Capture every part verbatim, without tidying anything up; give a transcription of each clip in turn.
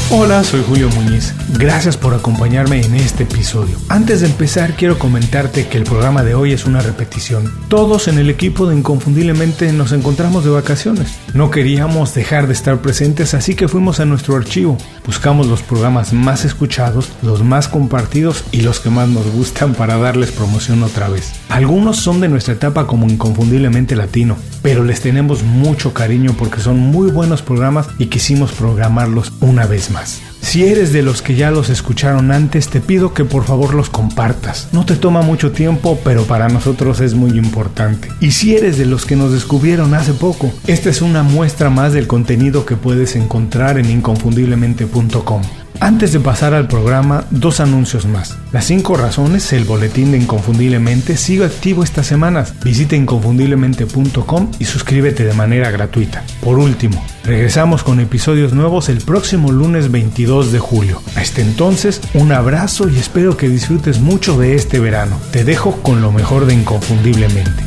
Hola, soy Julio Muñiz. Gracias por acompañarme en este episodio. Antes de empezar, quiero comentarte que el programa de hoy es una repetición. Todos en el equipo de Inconfundiblemente nos encontramos de vacaciones. No queríamos dejar de estar presentes, así que fuimos a nuestro archivo. Buscamos los programas más escuchados, los más compartidos y los que más nos gustan para darles promoción otra vez. Algunos son de nuestra etapa como Inconfundiblemente Latino, pero les tenemos mucho cariño porque son muy buenos programas y quisimos programarlos una vez más. Si eres de los que ya los escucharon antes, te pido que por favor los compartas. No te toma mucho tiempo, pero para nosotros es muy importante. Y si eres de los que nos descubrieron hace poco, esta es una muestra más del contenido que puedes encontrar en inconfundiblemente punto com. Antes de pasar al programa, dos anuncios más. Las cinco razones, el boletín de Inconfundiblemente, sigue activo estas semanas. Visita inconfundiblemente punto com y suscríbete de manera gratuita. Por último, regresamos con episodios nuevos el próximo lunes veintidós de julio. Hasta entonces, un abrazo y espero que disfrutes mucho de este verano. Te dejo con lo mejor de Inconfundiblemente.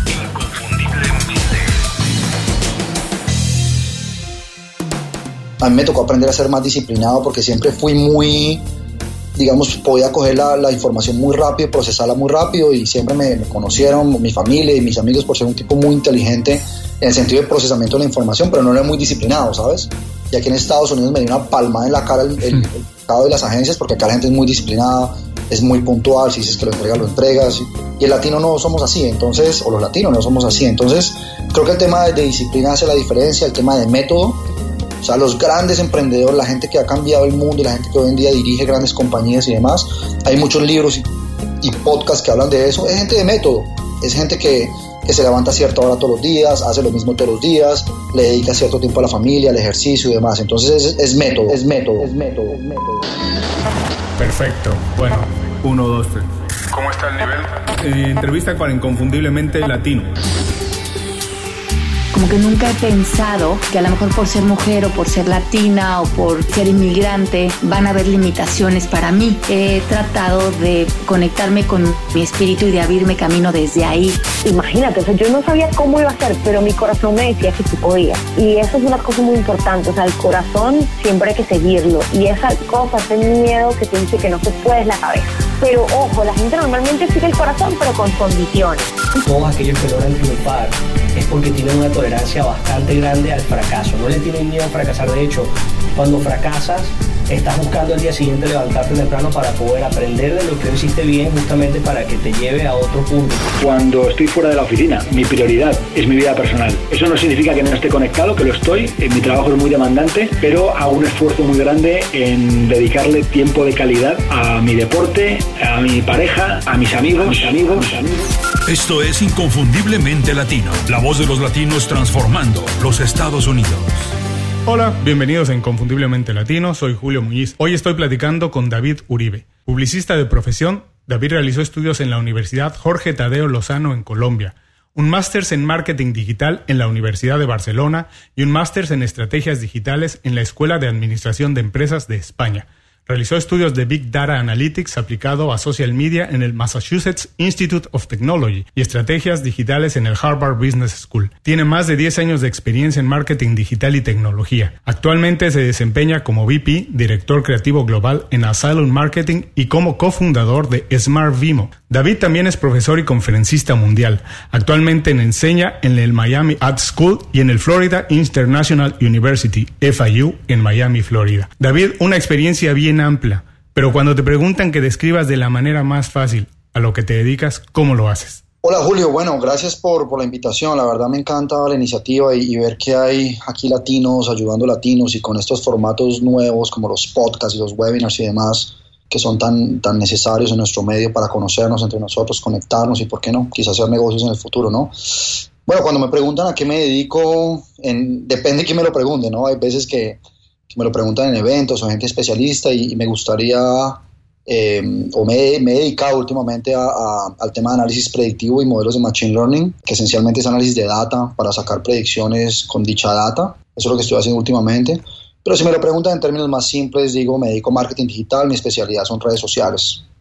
A mí me tocó aprender a ser más disciplinado porque siempre fui muy, digamos, podía coger la, la información muy rápido, procesarla muy rápido y siempre me, me conocieron, mi familia y mis amigos por ser un tipo muy inteligente en el sentido de procesamiento de la información, pero no era muy disciplinado, ¿sabes? Y aquí en Estados Unidos me dio una palmada en la cara el, el, el mercado de las agencias porque acá la gente es muy disciplinada, es muy puntual, si dices que lo entregas, lo entregas. Y el latino no somos así, entonces, o los latinos no somos así. Entonces, creo que el tema de, de disciplina hace la diferencia, el tema de método. O sea, los grandes emprendedores, la gente que ha cambiado el mundo y la gente que hoy en día dirige grandes compañías y demás, hay muchos libros y, y podcasts que hablan de eso. Es gente de método, es gente que, que se levanta a cierta hora todos los días, hace lo mismo todos los días, le dedica cierto tiempo a la familia, al ejercicio y demás. Entonces es, es método, es método, es método, es método. Perfecto. Bueno, uno, dos, tres. ¿Cómo está el nivel? Eh, entrevista para Inconfundiblemente Latino. Como que nunca he pensado que a lo mejor por ser mujer o por ser latina o por ser inmigrante van a haber limitaciones para mí. He tratado de conectarme con mi espíritu y de abrirme camino desde ahí. Imagínate, o sea, yo no sabía cómo iba a ser, pero mi corazón me decía que sí podía. Y eso es una cosa muy importante, o sea, el corazón siempre hay que seguirlo. Y esa cosa, ese miedo que te dice que no se puede es la cabeza. Pero ojo, la gente normalmente sigue el corazón, pero con condiciones. Todos aquellos que logran triunfar es porque tienen una tolerancia bastante grande al fracaso. No le tienen miedo a fracasar. De hecho, cuando fracasas, estás buscando el día siguiente levantarte temprano para poder aprender de lo que hiciste bien, justamente para que te lleve a otro punto. Cuando estoy fuera de la oficina, mi prioridad es mi vida personal. Eso no significa que no esté conectado, que lo estoy. Mi trabajo es muy demandante, pero hago un esfuerzo muy grande en dedicarle tiempo de calidad a mi deporte, a mi pareja, a mis amigos, mis amigos, mis amigos. Esto es Inconfundiblemente Latino, la voz de los latinos transformando los Estados Unidos. Hola, bienvenidos a Inconfundiblemente Latino, soy Julio Muñiz. Hoy estoy platicando con David Uribe. Publicista de profesión, David realizó estudios en la Universidad Jorge Tadeo Lozano en Colombia, un máster en Marketing Digital en la Universidad de Barcelona y un máster en Estrategias Digitales en la Escuela de Administración de Empresas de España. Realizó estudios de Big Data Analytics aplicado a Social Media en el Massachusetts Institute of Technology y Estrategias Digitales en el Harvard Business School. Tiene más de diez años de experiencia en marketing digital y tecnología. Actualmente se desempeña como V P, Director Creativo Global en Asylum Marketing y como cofundador de Smart Vimo. David también es profesor y conferencista mundial. Actualmente enseña en el Miami Ad School y en el Florida International University, F I U, en Miami, Florida. David, una experiencia bien amplia, pero cuando te preguntan que describas de la manera más fácil a lo que te dedicas, ¿cómo lo haces? Hola Julio, bueno, gracias por, por la invitación, la verdad me encanta la iniciativa y, y ver que hay aquí latinos ayudando latinos y con estos formatos nuevos como los podcasts y los webinars y demás que son tan, tan necesarios en nuestro medio para conocernos entre nosotros, conectarnos y por qué no, quizás hacer negocios en el futuro, ¿no? Bueno, cuando me preguntan a qué me dedico, en, depende de quién me lo pregunte, ¿no? Hay veces que que me lo preguntan en eventos o gente especialista y, y me gustaría, eh, o me, me he dedicado últimamente a, a, al tema de análisis predictivo y modelos de Machine Learning, que esencialmente es análisis de data para sacar predicciones con dicha data. Eso es lo que estoy haciendo últimamente. Pero si me lo preguntan en términos más simples, digo, me dedico a marketing digital, mi especialidad son redes sociales.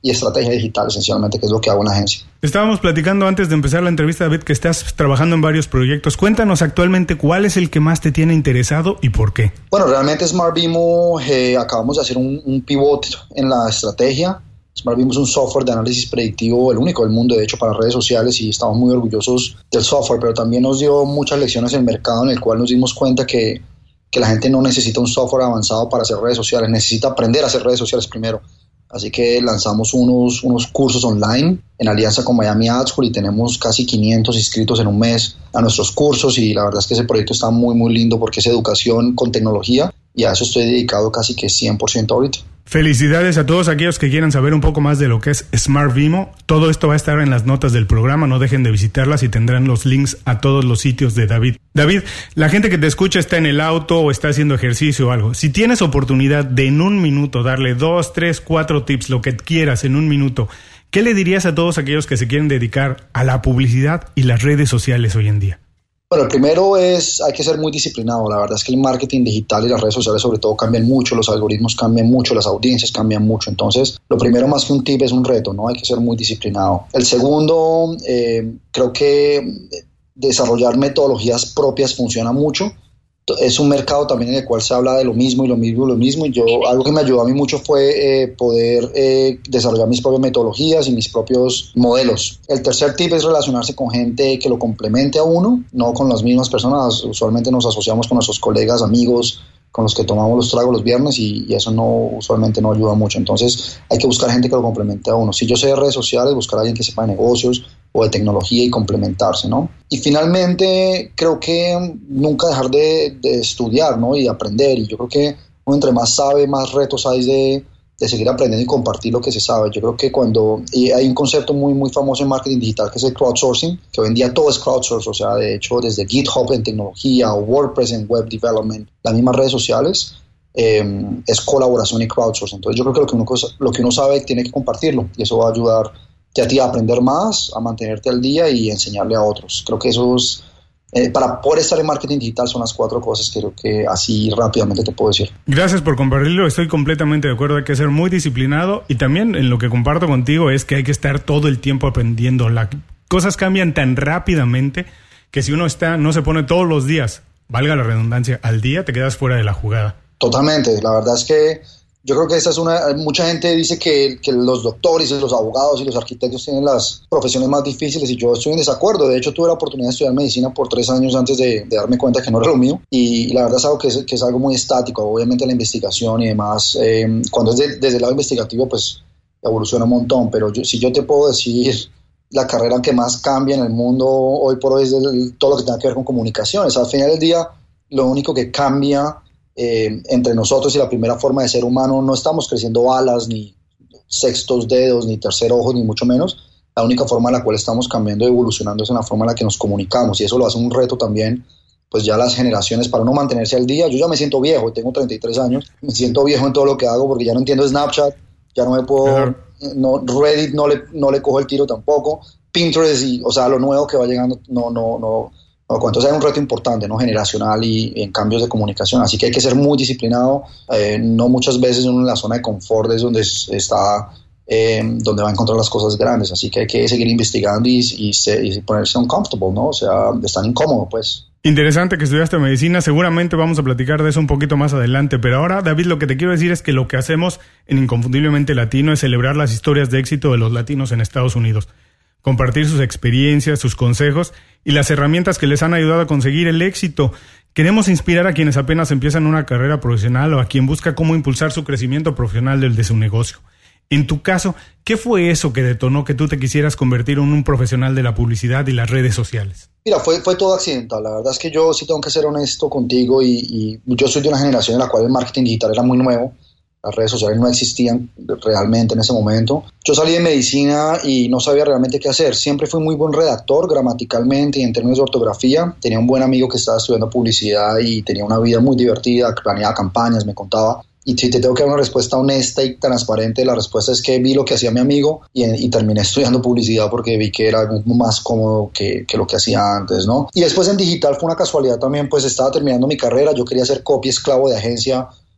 y estrategia digital, esencialmente, que es lo que hago en la agencia. Estábamos platicando antes de empezar la entrevista, David, que estás trabajando en varios proyectos. Cuéntanos actualmente cuál es el que más te tiene interesado y por qué. Bueno, realmente Smart Vimo, eh, acabamos de hacer un, un pivot en la estrategia. Smart Vimo es un software de análisis predictivo, el único del mundo, de hecho, para redes sociales, y estamos muy orgullosos del software, pero también nos dio muchas lecciones en el mercado, en el cual nos dimos cuenta que, que la gente no necesita un software avanzado para hacer redes sociales, necesita aprender a hacer redes sociales primero. Así que lanzamos unos, unos cursos online en alianza con Miami Ad School y tenemos casi quinientos inscritos en un mes a nuestros cursos, y la verdad es que ese proyecto está muy muy lindo porque es educación con tecnología, y a eso estoy dedicado casi que cien por ciento ahorita. Felicidades a todos aquellos que quieran saber un poco más de lo que es Smart Vimo. Todo esto va a estar en las notas del programa, no dejen de visitarlas y tendrán los links a todos los sitios de David. David, la gente que te escucha está en el auto o está haciendo ejercicio o algo. Si tienes oportunidad de en un minuto darle dos, tres, cuatro tips, lo que quieras en un minuto, ¿qué le dirías a todos aquellos que se quieren dedicar a la publicidad y las redes sociales hoy en día? Bueno, el primero es, hay que ser muy disciplinado. La verdad es que el marketing digital y las redes sociales sobre todo cambian mucho, los algoritmos cambian mucho, las audiencias cambian mucho. Entonces, lo primero más que un tip es un reto, ¿no? Hay que ser muy disciplinado. El segundo, eh, creo que desarrollar metodologías propias funciona mucho. Es un mercado también en el cual se habla de lo mismo y lo mismo y lo mismo, y yo, algo que me ayudó a mí mucho fue eh, poder eh, desarrollar mis propias metodologías y mis propios modelos. El tercer tip es relacionarse con gente que lo complemente a uno, no con las mismas personas. Usualmente nos asociamos con nuestros colegas, amigos, con los que tomamos los tragos los viernes, y, y eso no usualmente no ayuda mucho. Entonces hay que buscar gente que lo complemente a uno. Si yo sé de redes sociales, buscar a alguien que sepa de negocios o de tecnología y complementarse, ¿no? Y finalmente, creo que nunca dejar de, de estudiar, ¿no? Y aprender. Y yo creo que uno entre más sabe, más retos hay de, de seguir aprendiendo y compartir lo que se sabe. Yo creo que cuando... Y hay un concepto muy, muy famoso en marketing digital que es el crowdsourcing, que hoy en día todo es crowdsource. O sea, de hecho, desde GitHub en tecnología o WordPress en web development, las mismas redes sociales, eh, es colaboración y crowdsourcing. Entonces yo creo que lo que, uno, lo que uno sabe tiene que compartirlo, y eso va a ayudar a ti a aprender más, a mantenerte al día y enseñarle a otros. Creo que eso es, eh, para poder estar en marketing digital, son las cuatro cosas que creo que así rápidamente te puedo decir. Gracias por compartirlo, estoy completamente de acuerdo, hay que ser muy disciplinado, y también en lo que comparto contigo es que hay que estar todo el tiempo aprendiendo. Las cosas cambian tan rápidamente que si uno está, no se pone todos los días, valga la redundancia, al día, te quedas fuera de la jugada. Totalmente, la verdad es que yo creo que esta es una... Mucha gente dice que, que los doctores y los abogados y los arquitectos tienen las profesiones más difíciles, y yo estoy en desacuerdo. De hecho, tuve la oportunidad de estudiar medicina por tres años antes de, de darme cuenta que no era lo mío, y, y la verdad es algo que es, que es algo muy estático. Obviamente la investigación y demás, eh, cuando es de, desde el lado investigativo, pues evoluciona un montón, pero yo, si yo te puedo decir, la carrera que más cambia en el mundo hoy por hoy es el, todo lo que tenga que ver con comunicaciones. Al final del día, lo único que cambia Eh, entre nosotros y la primera forma de ser humano, no estamos creciendo alas, ni sextos dedos, ni tercer ojo, ni mucho menos. La única forma en la cual estamos cambiando y evolucionando es en la forma en la que nos comunicamos, y eso lo hace un reto también, pues ya las generaciones, para no mantenerse al día. Yo ya me siento viejo, tengo treinta y tres años, me siento viejo en todo lo que hago porque ya no entiendo Snapchat, ya no me puedo, claro. no, Reddit no le, no le cojo el tiro tampoco, Pinterest, y, o sea, lo nuevo que va llegando, no, no, no. Entonces hay un reto importante, ¿no? Generacional y en cambios de comunicación, así que hay que ser muy disciplinado. Eh, no muchas veces uno en la zona de confort es donde está, eh, donde va a encontrar las cosas grandes, así que hay que seguir investigando y, y, se, y ponerse uncomfortable, ¿no? O sea, estar incómodo, pues. Interesante que estudiaste medicina, seguramente vamos a platicar de eso un poquito más adelante, pero ahora, David, lo que te quiero decir es que lo que hacemos en Inconfundiblemente Latino es celebrar las historias de éxito de los latinos en Estados Unidos, compartir sus experiencias, sus consejos y las herramientas que les han ayudado a conseguir el éxito. Queremos inspirar a quienes apenas empiezan una carrera profesional o a quien busca cómo impulsar su crecimiento profesional del de su negocio. En tu caso, ¿qué fue eso que detonó que tú te quisieras convertir en un profesional de la publicidad y las redes sociales? Mira, fue, fue todo accidental. La verdad es que yo sí tengo que ser honesto contigo, y, y yo soy de una generación en la cual el marketing digital era muy nuevo. Las redes sociales no existían realmente en ese momento. Yo salí de medicina y no sabía realmente qué hacer. Siempre fui muy buen redactor gramaticalmente y en términos de ortografía. Tenía un buen amigo que estaba estudiando publicidad y tenía una vida muy divertida, planeaba campañas, me contaba. Y si te tengo que dar una respuesta honesta y transparente, la respuesta es que vi lo que hacía mi amigo y, y terminé estudiando publicidad porque vi que era más cómodo que, que lo que hacía antes, ¿no? Y después en digital fue una casualidad también, pues estaba terminando mi carrera, yo quería ser copy esclavo de agencia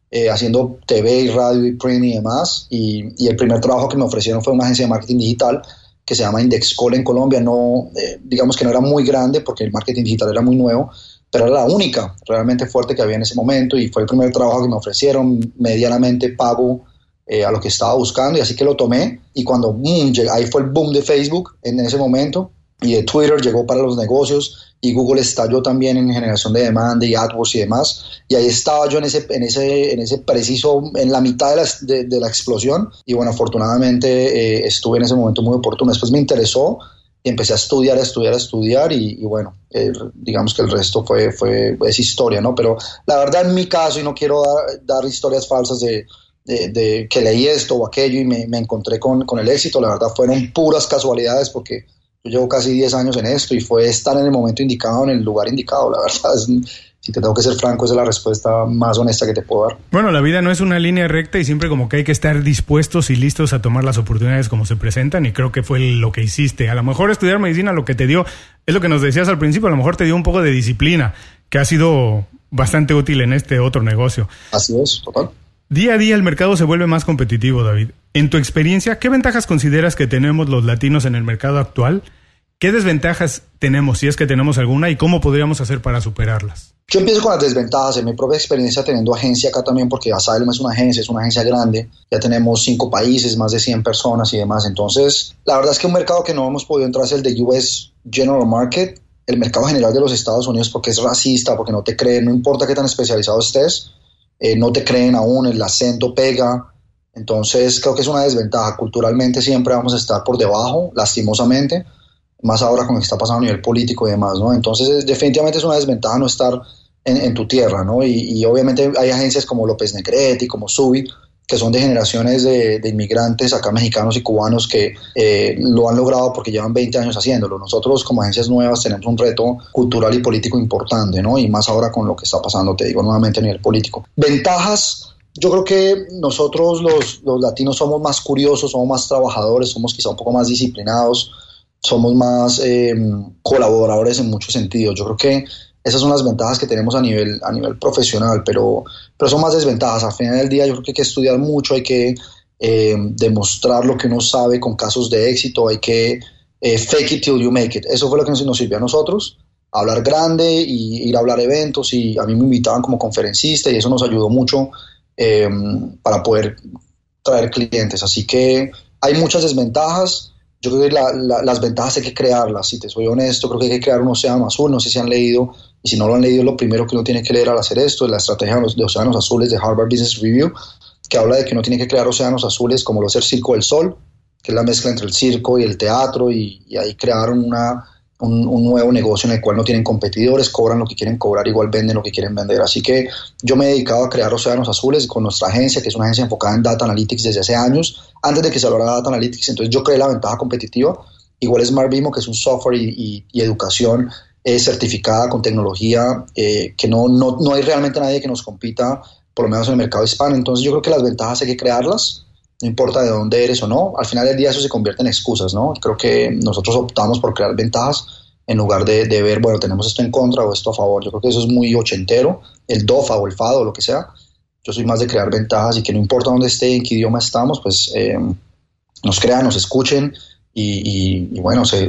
eh, haciendo T V y radio y print y demás, y, y el primer trabajo que me ofrecieron fue una agencia de marketing digital que se llama Indexcall en Colombia. No, eh, digamos que no era muy grande porque el marketing digital era muy nuevo, pero era la única realmente fuerte que había en ese momento, y fue el primer trabajo que me ofrecieron, medianamente pago eh, a lo que estaba buscando, y así que lo tomé. Y cuando mm, ahí fue el boom de Facebook en ese momento, y de Twitter llegó para los negocios, y Google estalló también en generación de demanda y AdWords y demás, y ahí estaba yo en ese, en ese, en ese preciso, en la mitad de la, de, de la explosión, y bueno, afortunadamente eh, estuve en ese momento muy oportuno. Después me interesó y empecé a estudiar, a estudiar, a estudiar, y, y bueno, eh, digamos que el resto fue, fue, es historia, ¿no? Pero la verdad en mi caso, y no quiero dar, dar historias falsas de, de, de que leí esto o aquello y me, me encontré con, con el éxito, la verdad fueron puras casualidades, porque yo llevo casi diez años en esto y fue estar en el momento indicado, en el lugar indicado. La verdad, es, si te tengo que ser franco, esa es la respuesta más honesta que te puedo dar. Bueno, la vida no es una línea recta y siempre como que hay que estar dispuestos y listos a tomar las oportunidades como se presentan, y creo que fue lo que hiciste. A lo mejor estudiar medicina lo que te dio, es lo que nos decías al principio, a lo mejor te dio un poco de disciplina, que ha sido bastante útil en este otro negocio. Así es, total. Día a día el mercado se vuelve más competitivo, David. En tu experiencia, ¿qué ventajas consideras que tenemos los latinos en el mercado actual? ¿Qué desventajas tenemos, si es que tenemos alguna, y cómo podríamos hacer para superarlas? Yo empiezo con las desventajas. En mi propia experiencia teniendo agencia acá también, porque Asylum es una agencia, es una agencia grande, ya tenemos cinco países, más de cien personas y demás. Entonces, la verdad es que un mercado que no hemos podido entrar es el de U S General Market, el mercado general de los Estados Unidos, porque es racista, porque no te creen, no importa qué tan especializado estés, eh, no te creen aún, el acento pega. Entonces, creo que es una desventaja. Culturalmente siempre vamos a estar por debajo, lastimosamente, más ahora con lo que está pasando a nivel político y demás, ¿no? Entonces, es, definitivamente es una desventaja no estar en, en tu tierra, ¿no? Y, y obviamente hay agencias como López Negrete, como Subi, que son de generaciones de, de inmigrantes acá, mexicanos y cubanos, que eh, lo han logrado porque llevan veinte años haciéndolo. Nosotros, como agencias nuevas, tenemos un reto cultural y político importante, ¿no? Y más ahora con lo que está pasando, te digo nuevamente, a nivel político. Ventajas. Yo creo que nosotros los, los latinos somos más curiosos, somos más trabajadores, somos quizá un poco más disciplinados, somos más eh, colaboradores en muchos sentidos. Yo creo que esas son las ventajas que tenemos a nivel, a nivel profesional, pero, pero son más desventajas. Al final del día yo creo que hay que estudiar mucho, hay que eh, demostrar lo que uno sabe con casos de éxito, hay que eh, fake it till you make it. Eso fue lo que nos, nos sirvió a nosotros, hablar grande y ir a hablar eventos, y a mí me invitaban como conferencista y eso nos ayudó mucho eh, para poder traer clientes. Así que hay muchas desventajas. Yo creo que la, la, las ventajas hay que crearlas, si te soy honesto. Creo que hay que crear un océano azul. No sé si han leído, y si no lo han leído, lo primero que uno tiene que leer al hacer esto es la estrategia de, los, de océanos azules de Harvard Business Review, que habla de que uno tiene que crear océanos azules como lo es el Circo del Sol, que es la mezcla entre el circo y el teatro, y, y ahí crearon una, un, un nuevo negocio en el cual no tienen competidores, cobran lo que quieren cobrar, igual venden lo que quieren vender. Así que yo me he dedicado a crear océanos azules con nuestra agencia, que es una agencia enfocada en Data Analytics desde hace años, antes de que se hablara de Data Analytics. Entonces yo creé la ventaja competitiva. Igual es SmartBimo, que es un software y, y, y educación eh, certificada con tecnología, eh, que no, no, no hay realmente nadie que nos compita, por lo menos en el mercado hispano. Entonces yo creo que las ventajas hay que crearlas, no importa de dónde eres o no. Al final del día eso se convierte en excusas, ¿no? Creo que nosotros optamos por crear ventajas en lugar de, de ver, bueno, tenemos esto en contra o esto a favor. Yo creo que eso es muy ochentero, el D O F A o el F A D O o lo que sea. Yo soy más de crear ventajas, y que no importa dónde esté, en qué idioma estamos, pues eh, nos crean, nos escuchen y, y, y bueno, se,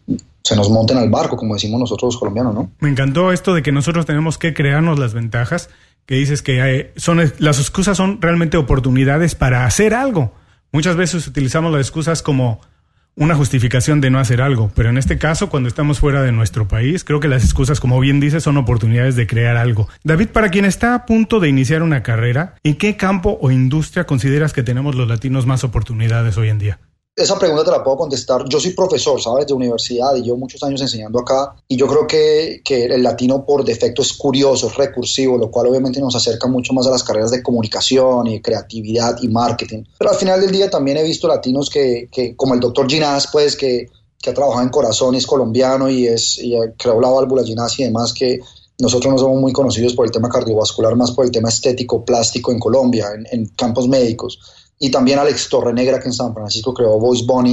se nos monten al barco, como decimos nosotros los colombianos, ¿no? Me encantó esto de que nosotros tenemos que crearnos las ventajas, que dices que hay, son las excusas son realmente oportunidades para hacer algo. Muchas veces utilizamos las excusas como una justificación de no hacer algo, pero en este caso, cuando estamos fuera de nuestro país, creo que las excusas, como bien dices, son oportunidades de crear algo. David, para quien está a punto de iniciar una carrera, ¿en qué campo o industria consideras que tenemos los latinos más oportunidades hoy en día? Esa pregunta te la puedo contestar. Yo soy profesor, ¿sabes?, de universidad, y llevo muchos años enseñando acá, y yo creo que, que el latino por defecto es curioso, es recursivo, lo cual obviamente nos acerca mucho más a las carreras de comunicación y creatividad y marketing. Pero al final del día también he visto latinos que, que como el doctor Ginás, pues, que, que ha trabajado en corazón y es colombiano y, es, y creó la válvula Ginás y demás, que nosotros no somos muy conocidos por el tema cardiovascular, más por el tema estético, plástico en Colombia, en, en campos médicos. Y también Alex Torrenegra, que en San Francisco creó Voice Bunny,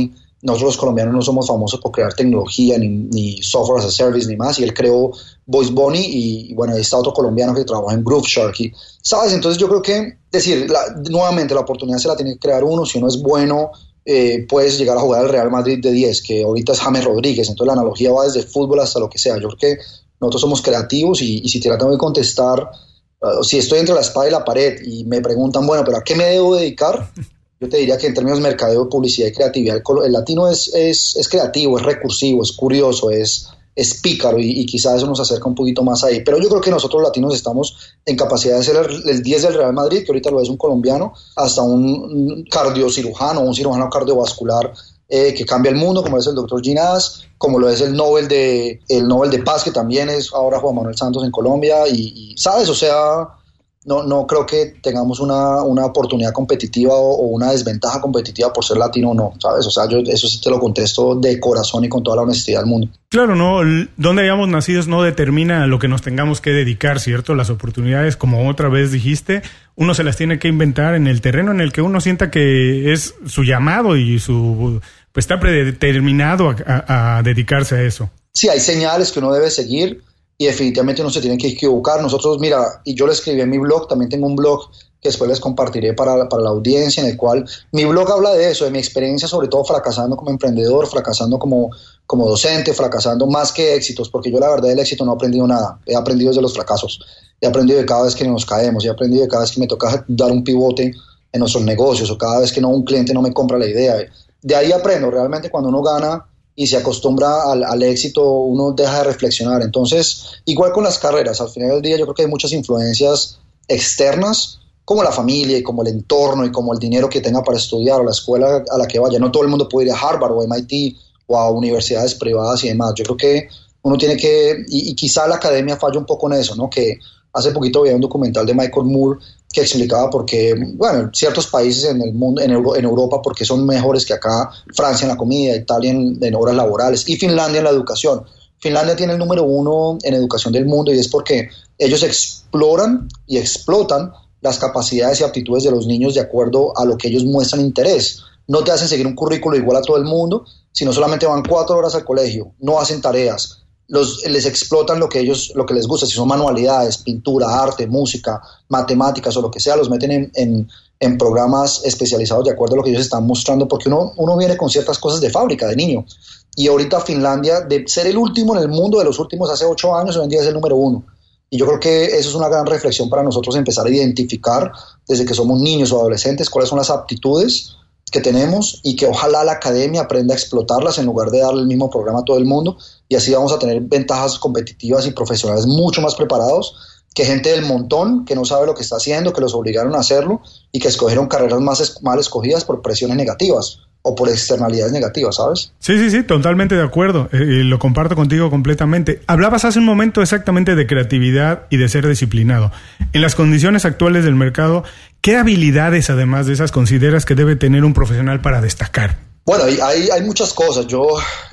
nosotros los colombianos no somos famosos por crear tecnología, ni, ni software as a service, ni más, y él creó Voice Bunny, y, y bueno, ahí está otro colombiano que trabaja en Groove Shark, y, ¿sabes? Entonces yo creo que, decir, la, nuevamente la oportunidad se la tiene que crear uno, si uno es bueno, eh, puedes llegar a jugar al Real Madrid de diez, que ahorita es James Rodríguez, entonces la analogía va desde fútbol hasta lo que sea. Yo creo que nosotros somos creativos, y, y si te la tengo que contestar, uh, si estoy entre la espada y la pared, y me preguntan, bueno, ¿pero a qué me debo dedicar? Yo te diría que en términos de mercadeo, publicidad y creatividad, el, el latino es, es, es creativo, es recursivo, es curioso, es, es pícaro, y, y quizás eso nos acerca un poquito más ahí. Pero yo creo que nosotros los latinos estamos en capacidad de ser el, el diez del Real Madrid, que ahorita lo es un colombiano, hasta un cardiocirujano, un cirujano cardiovascular eh, que cambia el mundo, como es el doctor Ginás, como lo es el Nobel de, el Nobel de Paz, que también es ahora Juan Manuel Santos en Colombia, y, y ¿sabes? O sea... No, no creo que tengamos una, una oportunidad competitiva o, o una desventaja competitiva por ser latino o no, ¿sabes? O sea, yo eso sí te lo contesto de corazón y con toda la honestidad del mundo. Claro, no, donde hayamos nacido no determina lo que nos tengamos que dedicar, ¿cierto? Las oportunidades, como otra vez dijiste, uno se las tiene que inventar en el terreno en el que uno sienta que es su llamado y su pues está predeterminado a, a, a dedicarse a eso. Sí, hay señales que uno debe seguir, y definitivamente uno se tiene que equivocar. Nosotros, mira, y yo lo escribí en mi blog, también tengo un blog que después les compartiré para, para la audiencia, en el cual mi blog habla de eso, de mi experiencia, sobre todo fracasando como emprendedor, fracasando como, como docente, fracasando más que éxitos, porque yo la verdad del éxito no he aprendido nada, he aprendido desde los fracasos, he aprendido de cada vez que nos caemos, he aprendido de cada vez que me toca dar un pivote en nuestros negocios, o cada vez que no un cliente no me compra la idea. De ahí aprendo, realmente cuando uno gana y se acostumbra al, al éxito, uno deja de reflexionar. Entonces, igual con las carreras, al final del día yo creo que hay muchas influencias externas, como la familia y como el entorno y como el dinero que tenga para estudiar o la escuela a la que vaya. No todo el mundo puede ir a Harvard o M I T o a universidades privadas y demás. Yo creo que uno tiene que, y, y quizá la academia falla un poco en eso, ¿no? Que hace poquito veía un documental de Michael Moore que explicaba por qué, bueno, ciertos países en el mundo, en, Euro, en Europa, porque son mejores que acá, Francia en la comida, Italia en, en horas laborales y Finlandia en la educación. Finlandia tiene el número uno en educación del mundo, y es porque ellos exploran y explotan las capacidades y aptitudes de los niños de acuerdo a lo que ellos muestran interés. No te hacen seguir un currículo igual a todo el mundo, sino solamente van cuatro horas al colegio, no hacen tareas. Los, les explotan lo que ellos, lo que les gusta, si son manualidades, pintura, arte, música, matemáticas o lo que sea, los meten en, en, en programas especializados de acuerdo a lo que ellos están mostrando, porque uno, uno viene con ciertas cosas de fábrica, de niño. Y ahorita Finlandia, de ser el último en el mundo de los últimos hace ocho años, hoy en día es el número uno. Y yo creo que eso es una gran reflexión para nosotros, empezar a identificar desde que somos niños o adolescentes cuáles son las aptitudes que tenemos, y que ojalá la academia aprenda a explotarlas en lugar de darle el mismo programa a todo el mundo, y así vamos a tener ventajas competitivas y profesionales mucho más preparados que gente del montón que no sabe lo que está haciendo, que los obligaron a hacerlo y que escogieron carreras más es- mal escogidas por presiones negativas o por externalidades negativas, ¿sabes? Sí, sí, sí, totalmente de acuerdo. Eh, lo comparto contigo completamente. Hablabas hace un momento exactamente de creatividad y de ser disciplinado. En las condiciones actuales del mercado, ¿qué habilidades, además de esas, consideras que debe tener un profesional para destacar? Bueno, hay, hay, hay muchas cosas. Yo,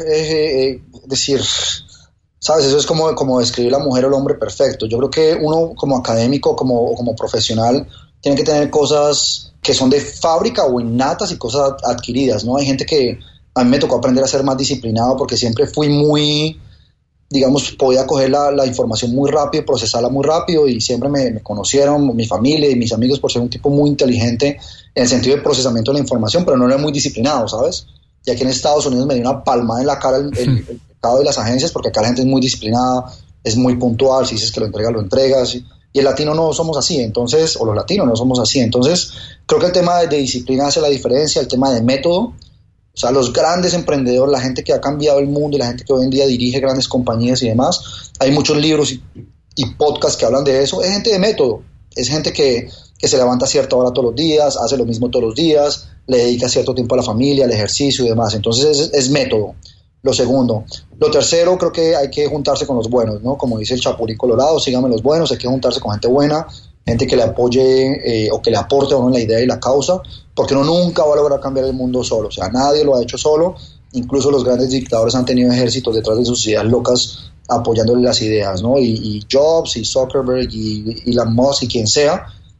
eh, eh, decir, ¿sabes? Eso es como, como describir la mujer o el hombre perfecto. Yo creo que uno como académico como, como profesional tiene que tener cosas que son de fábrica o innatas y cosas adquiridas, ¿no? Hay gente que a mí me tocó aprender a ser más disciplinado porque siempre fui muy, digamos, podía coger la, la información muy rápido, procesarla muy rápido, y siempre me, me conocieron, mi familia y mis amigos, por ser un tipo muy inteligente en el sentido de procesamiento de la información, pero no era muy disciplinado, ¿sabes? Y aquí en Estados Unidos me dio una palmada en la cara el, el, el pecado de las agencias, porque acá la gente es muy disciplinada, es muy puntual, si dices que lo entregas, lo entregas, y, y el latino no somos así, entonces, o los latinos no somos así, entonces creo que el tema de, de disciplina hace la diferencia, el tema de método. O sea, los grandes emprendedores, la gente que ha cambiado el mundo y la gente que hoy en día dirige grandes compañías y demás, hay muchos libros y, y podcasts que hablan de eso, es gente de método, es gente que, que se levanta a cierta hora todos los días, hace lo mismo todos los días, le dedica cierto tiempo a la familia, al ejercicio y demás, entonces es, es método. Lo segundo. Lo tercero, creo que hay que juntarse con los buenos, ¿no? Como dice el Chapulín Colorado, síganme los buenos, hay que juntarse con gente buena, gente que le apoye eh, o que le aporte a uno la idea y la causa, porque uno nunca va a lograr cambiar el mundo solo, o sea, nadie lo ha hecho solo, incluso los grandes dictadores han tenido ejércitos detrás de sus ideas locas apoyándole las ideas, ¿no? Y, y Jobs y Zuckerberg y, y Elon Musk y quien sea,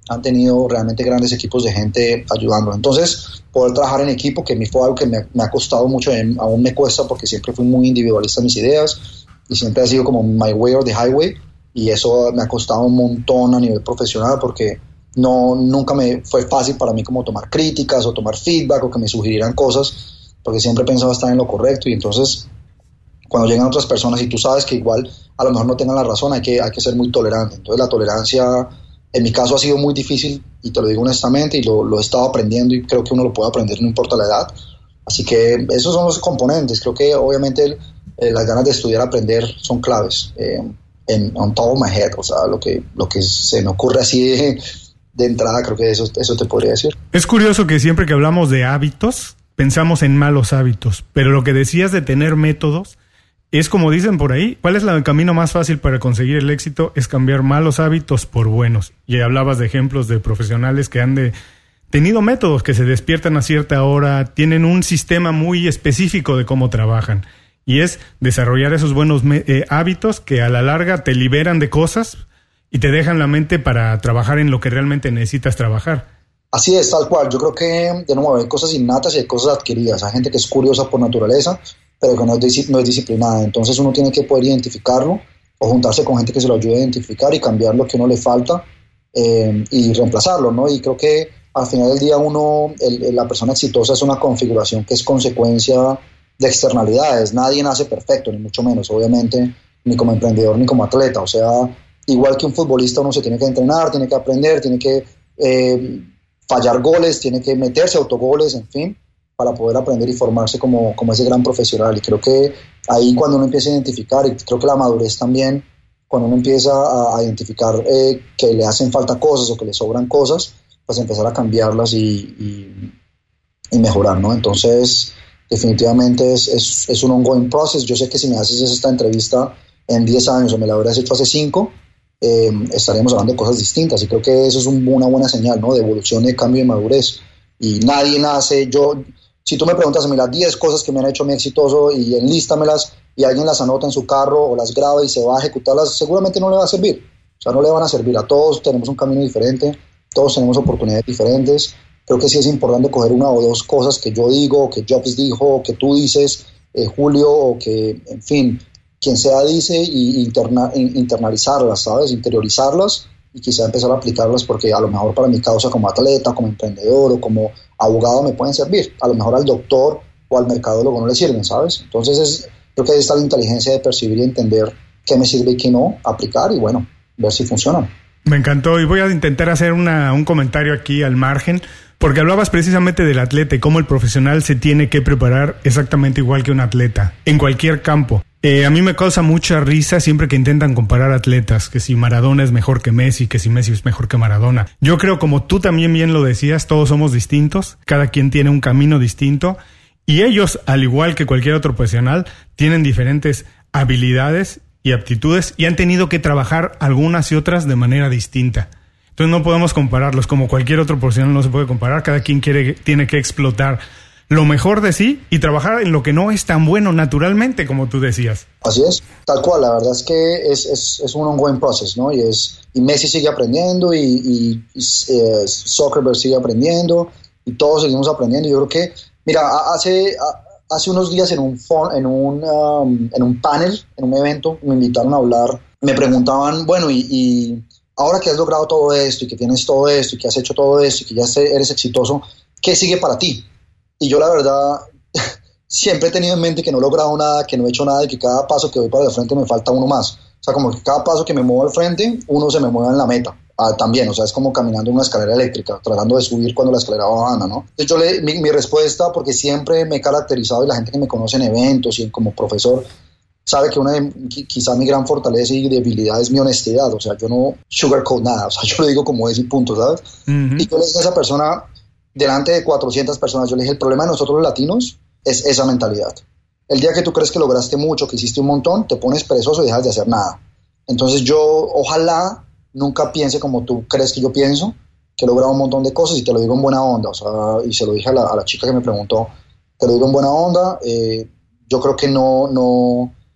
han tenido realmente grandes equipos de gente ayudando. Entonces, poder trabajar en equipo, que a mí fue algo que me, me ha costado mucho, aún me cuesta porque siempre fui muy individualista en mis ideas y siempre ha sido como my way or the highway, y eso me ha costado un montón a nivel profesional porque no, nunca me fue fácil para mí como tomar críticas o tomar feedback o que me sugirieran cosas, porque siempre pensaba estar en lo correcto. Y entonces cuando llegan otras personas y tú sabes que igual a lo mejor no tengan la razón, hay que, hay que ser muy tolerante. Entonces la tolerancia en mi caso ha sido muy difícil, y te lo digo honestamente, y lo, lo he estado aprendiendo, y creo que uno lo puede aprender no importa la edad. Así que esos son los componentes. Creo que obviamente el, eh, las ganas de estudiar, aprender son claves. Eh, en on top of my head, o sea, lo que, lo que se me ocurre así de, de entrada, creo que eso, eso te podría decir. Es curioso que siempre que hablamos de hábitos, pensamos en malos hábitos, pero lo que decías de tener métodos, es como dicen por ahí, ¿cuál es el camino más fácil para conseguir el éxito? Es cambiar malos hábitos por buenos. Y hablabas de ejemplos de profesionales que han de, tenido métodos, que se despiertan a cierta hora, tienen un sistema muy específico de cómo trabajan. Y es desarrollar esos buenos me- eh, hábitos que a la larga te liberan de cosas y te dejan la mente para trabajar en lo que realmente necesitas trabajar. Así es, tal cual. Yo creo que, de nuevo, hay cosas innatas y hay cosas adquiridas. Hay gente que es curiosa por naturaleza, pero que no es, no es disciplinada. Entonces uno tiene que poder identificarlo o juntarse con gente que se lo ayude a identificar y cambiar lo que uno le falta eh, y reemplazarlo, ¿no? Y creo que al final del día uno, el, la persona exitosa es una configuración que es consecuencia de externalidades. Nadie nace perfecto, ni mucho menos, obviamente, ni como emprendedor ni como atleta. O sea, igual que un futbolista, uno se tiene que entrenar, tiene que aprender, tiene que eh, fallar goles, tiene que meterse autogoles, en fin, para poder aprender y formarse como, como ese gran profesional. Y creo que ahí cuando uno empieza a identificar, y creo que la madurez también, cuando uno empieza a, a identificar eh, que le hacen falta cosas o que le sobran cosas, pues empezar a cambiarlas y, y, y mejorar, ¿no? Entonces, definitivamente es, es, es un ongoing process. Yo sé que si me haces esta entrevista en diez años o me la hubieras hecho hace cinco, eh, estaríamos hablando de cosas distintas, y creo que eso es un, una buena señal, ¿no? De evolución, de cambio y madurez. Y nadie nace, yo... Si tú me preguntas a mí las diez cosas que me han hecho a mí exitoso y enlístamelas, y alguien las anota en su carro o las graba y se va a ejecutarlas, seguramente no le va a servir. O sea, no le van a servir. A todos tenemos un camino diferente, todos tenemos oportunidades diferentes. Creo que sí es importante coger una o dos cosas que yo digo, que Jobs dijo, o que tú dices, eh, Julio, o que, en fin, quien sea dice, y interna, internalizarlas, ¿sabes? Interiorizarlas, y quizá empezar a aplicarlas, porque a lo mejor para mi causa como atleta, como emprendedor o como abogado me pueden servir. A lo mejor al doctor o al mercadólogo no le sirven, ¿sabes? Entonces es, creo que ahí está la inteligencia de percibir y entender qué me sirve y qué no, aplicar y bueno, ver si funciona. Me encantó, y voy a intentar hacer una, un comentario aquí al margen, porque hablabas precisamente del atleta y cómo el profesional se tiene que preparar exactamente igual que un atleta, en cualquier campo. Eh, a mí me causa mucha risa siempre que intentan comparar atletas, que si Maradona es mejor que Messi, que si Messi es mejor que Maradona. Yo creo, como tú también bien lo decías, todos somos distintos, cada quien tiene un camino distinto, y ellos, al igual que cualquier otro profesional, tienen diferentes habilidades y aptitudes, y han tenido que trabajar algunas y otras de manera distinta. Entonces no podemos compararlos, como cualquier otro profesional no se puede comparar. Cada quien quiere, tiene que explotar lo mejor de sí y trabajar en lo que no es tan bueno naturalmente, como tú decías. Así es, tal cual. La verdad es que es, es, es un ongoing process, ¿no? Y, es, y Messi sigue aprendiendo, y, y, y eh, Zuckerberg sigue aprendiendo, y todos seguimos aprendiendo. Yo creo que, mira, hace, hace unos días en un, en, un, um, en un panel, en un evento, me invitaron a hablar, me preguntaban, bueno, y... y ahora que has logrado todo esto y que tienes todo esto y que has hecho todo esto y que ya eres exitoso, ¿qué sigue para ti? Y yo la verdad siempre he tenido en mente que no he logrado nada, que no he hecho nada, y que cada paso que voy para el frente me falta uno más. O sea, como que cada paso que me muevo al frente, uno se me mueve en la meta. Ah, también, o sea, es como caminando una escalera eléctrica, tratando de subir cuando la escalera va bajando, ¿no? Entonces yo le, mi, mi respuesta, porque siempre me he caracterizado, y la gente que me conoce en eventos y como profesor sabe que una de, quizá mi gran fortaleza y debilidad es mi honestidad. O sea, yo no sugarcoat nada, o sea, yo lo digo como es y punto, ¿sabes? Uh-huh. Y yo le dije a esa persona, delante de cuatrocientas personas, yo le dije, el problema de nosotros los latinos es esa mentalidad. El día que tú crees que lograste mucho, que hiciste un montón, te pones perezoso y dejas de hacer nada. Entonces yo, ojalá, nunca piense como tú crees que yo pienso, que he logrado un montón de cosas, y te lo digo en buena onda. O sea, y se lo dije a la, a la chica que me preguntó, te lo digo en buena onda, eh, yo creo que no... no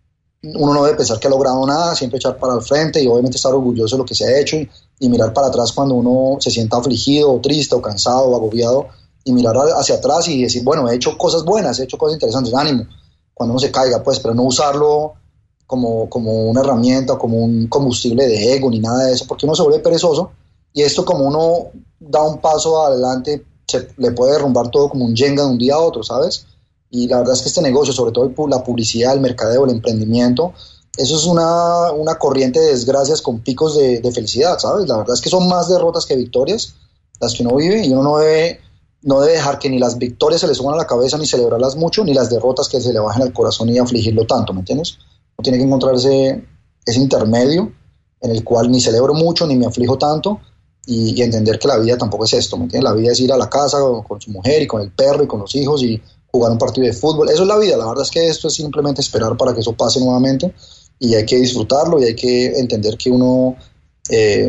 uno no debe pensar que ha logrado nada, siempre echar para el frente y obviamente estar orgulloso de lo que se ha hecho y, y mirar para atrás cuando uno se sienta afligido o triste o cansado o agobiado y mirar hacia atrás y decir, bueno, he hecho cosas buenas, he hecho cosas interesantes, ánimo, cuando uno se caiga, pues, pero no usarlo como, como una herramienta o como un combustible de ego ni nada de eso, porque uno se vuelve perezoso y esto, como uno da un paso adelante, se le puede derrumbar todo como un Jenga de un día a otro, ¿sabes? Y la verdad es que este negocio, sobre todo la publicidad, el mercadeo, el emprendimiento, eso es una, una corriente de desgracias con picos de, de felicidad, ¿sabes? La verdad es que son más derrotas que victorias las que uno vive y uno no debe, no debe dejar que ni las victorias se le suban a la cabeza ni celebrarlas mucho, ni las derrotas que se le bajen al corazón y afligirlo tanto, ¿me entiendes? Uno tiene que encontrar ese, ese intermedio en el cual ni celebro mucho ni me aflijo tanto y, y entender que la vida tampoco es esto, ¿me entiendes? La vida es ir a la casa con, con su mujer y con el perro y con los hijos y jugar un partido de fútbol, eso es la vida. La verdad es que esto es simplemente esperar para que eso pase nuevamente y hay que disfrutarlo y hay que entender que uno eh,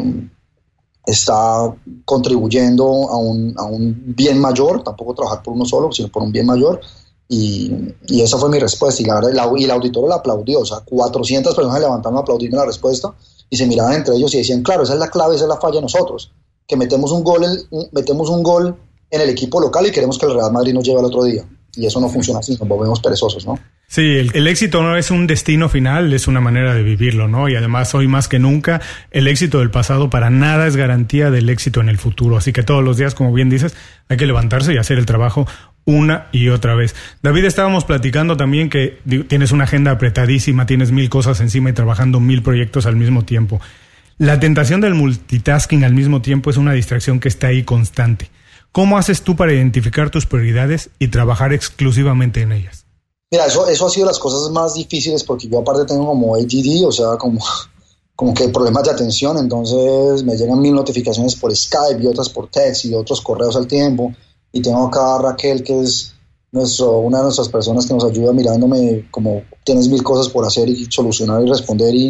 está contribuyendo a un, a un bien mayor, tampoco trabajar por uno solo, sino por un bien mayor y, y esa fue mi respuesta y la verdad, la, y el auditorio la aplaudió, o sea, cuatrocientas personas levantaron a aplaudirme la respuesta y se miraban entre ellos y decían, claro, esa es la clave, esa es la falla de nosotros, que metemos un gol en, metemos un gol en el equipo local y queremos que el Real Madrid nos lleve al otro día. Y eso no funciona así, nos volvemos perezosos, ¿no? Sí, el, el éxito no es un destino final, es una manera de vivirlo, ¿no? Y además, hoy más que nunca, el éxito del pasado para nada es garantía del éxito en el futuro. Así que todos los días, como bien dices, hay que levantarse y hacer el trabajo una y otra vez. David, estábamos platicando también que tienes una agenda apretadísima, tienes mil cosas encima y trabajando mil proyectos al mismo tiempo. La tentación del multitasking al mismo tiempo es una distracción que está ahí constante. ¿Cómo haces tú para identificar tus prioridades y trabajar exclusivamente en ellas? Mira, eso, eso ha sido las cosas más difíciles porque yo aparte tengo como A D D, o sea, como, como que problemas de atención, entonces me llegan mil notificaciones por Skype y otras por text y otros correos al tiempo. Y tengo acá a Raquel, que es nuestro, una de nuestras personas que nos ayuda mirándome como tienes mil cosas por hacer y solucionar y responder y,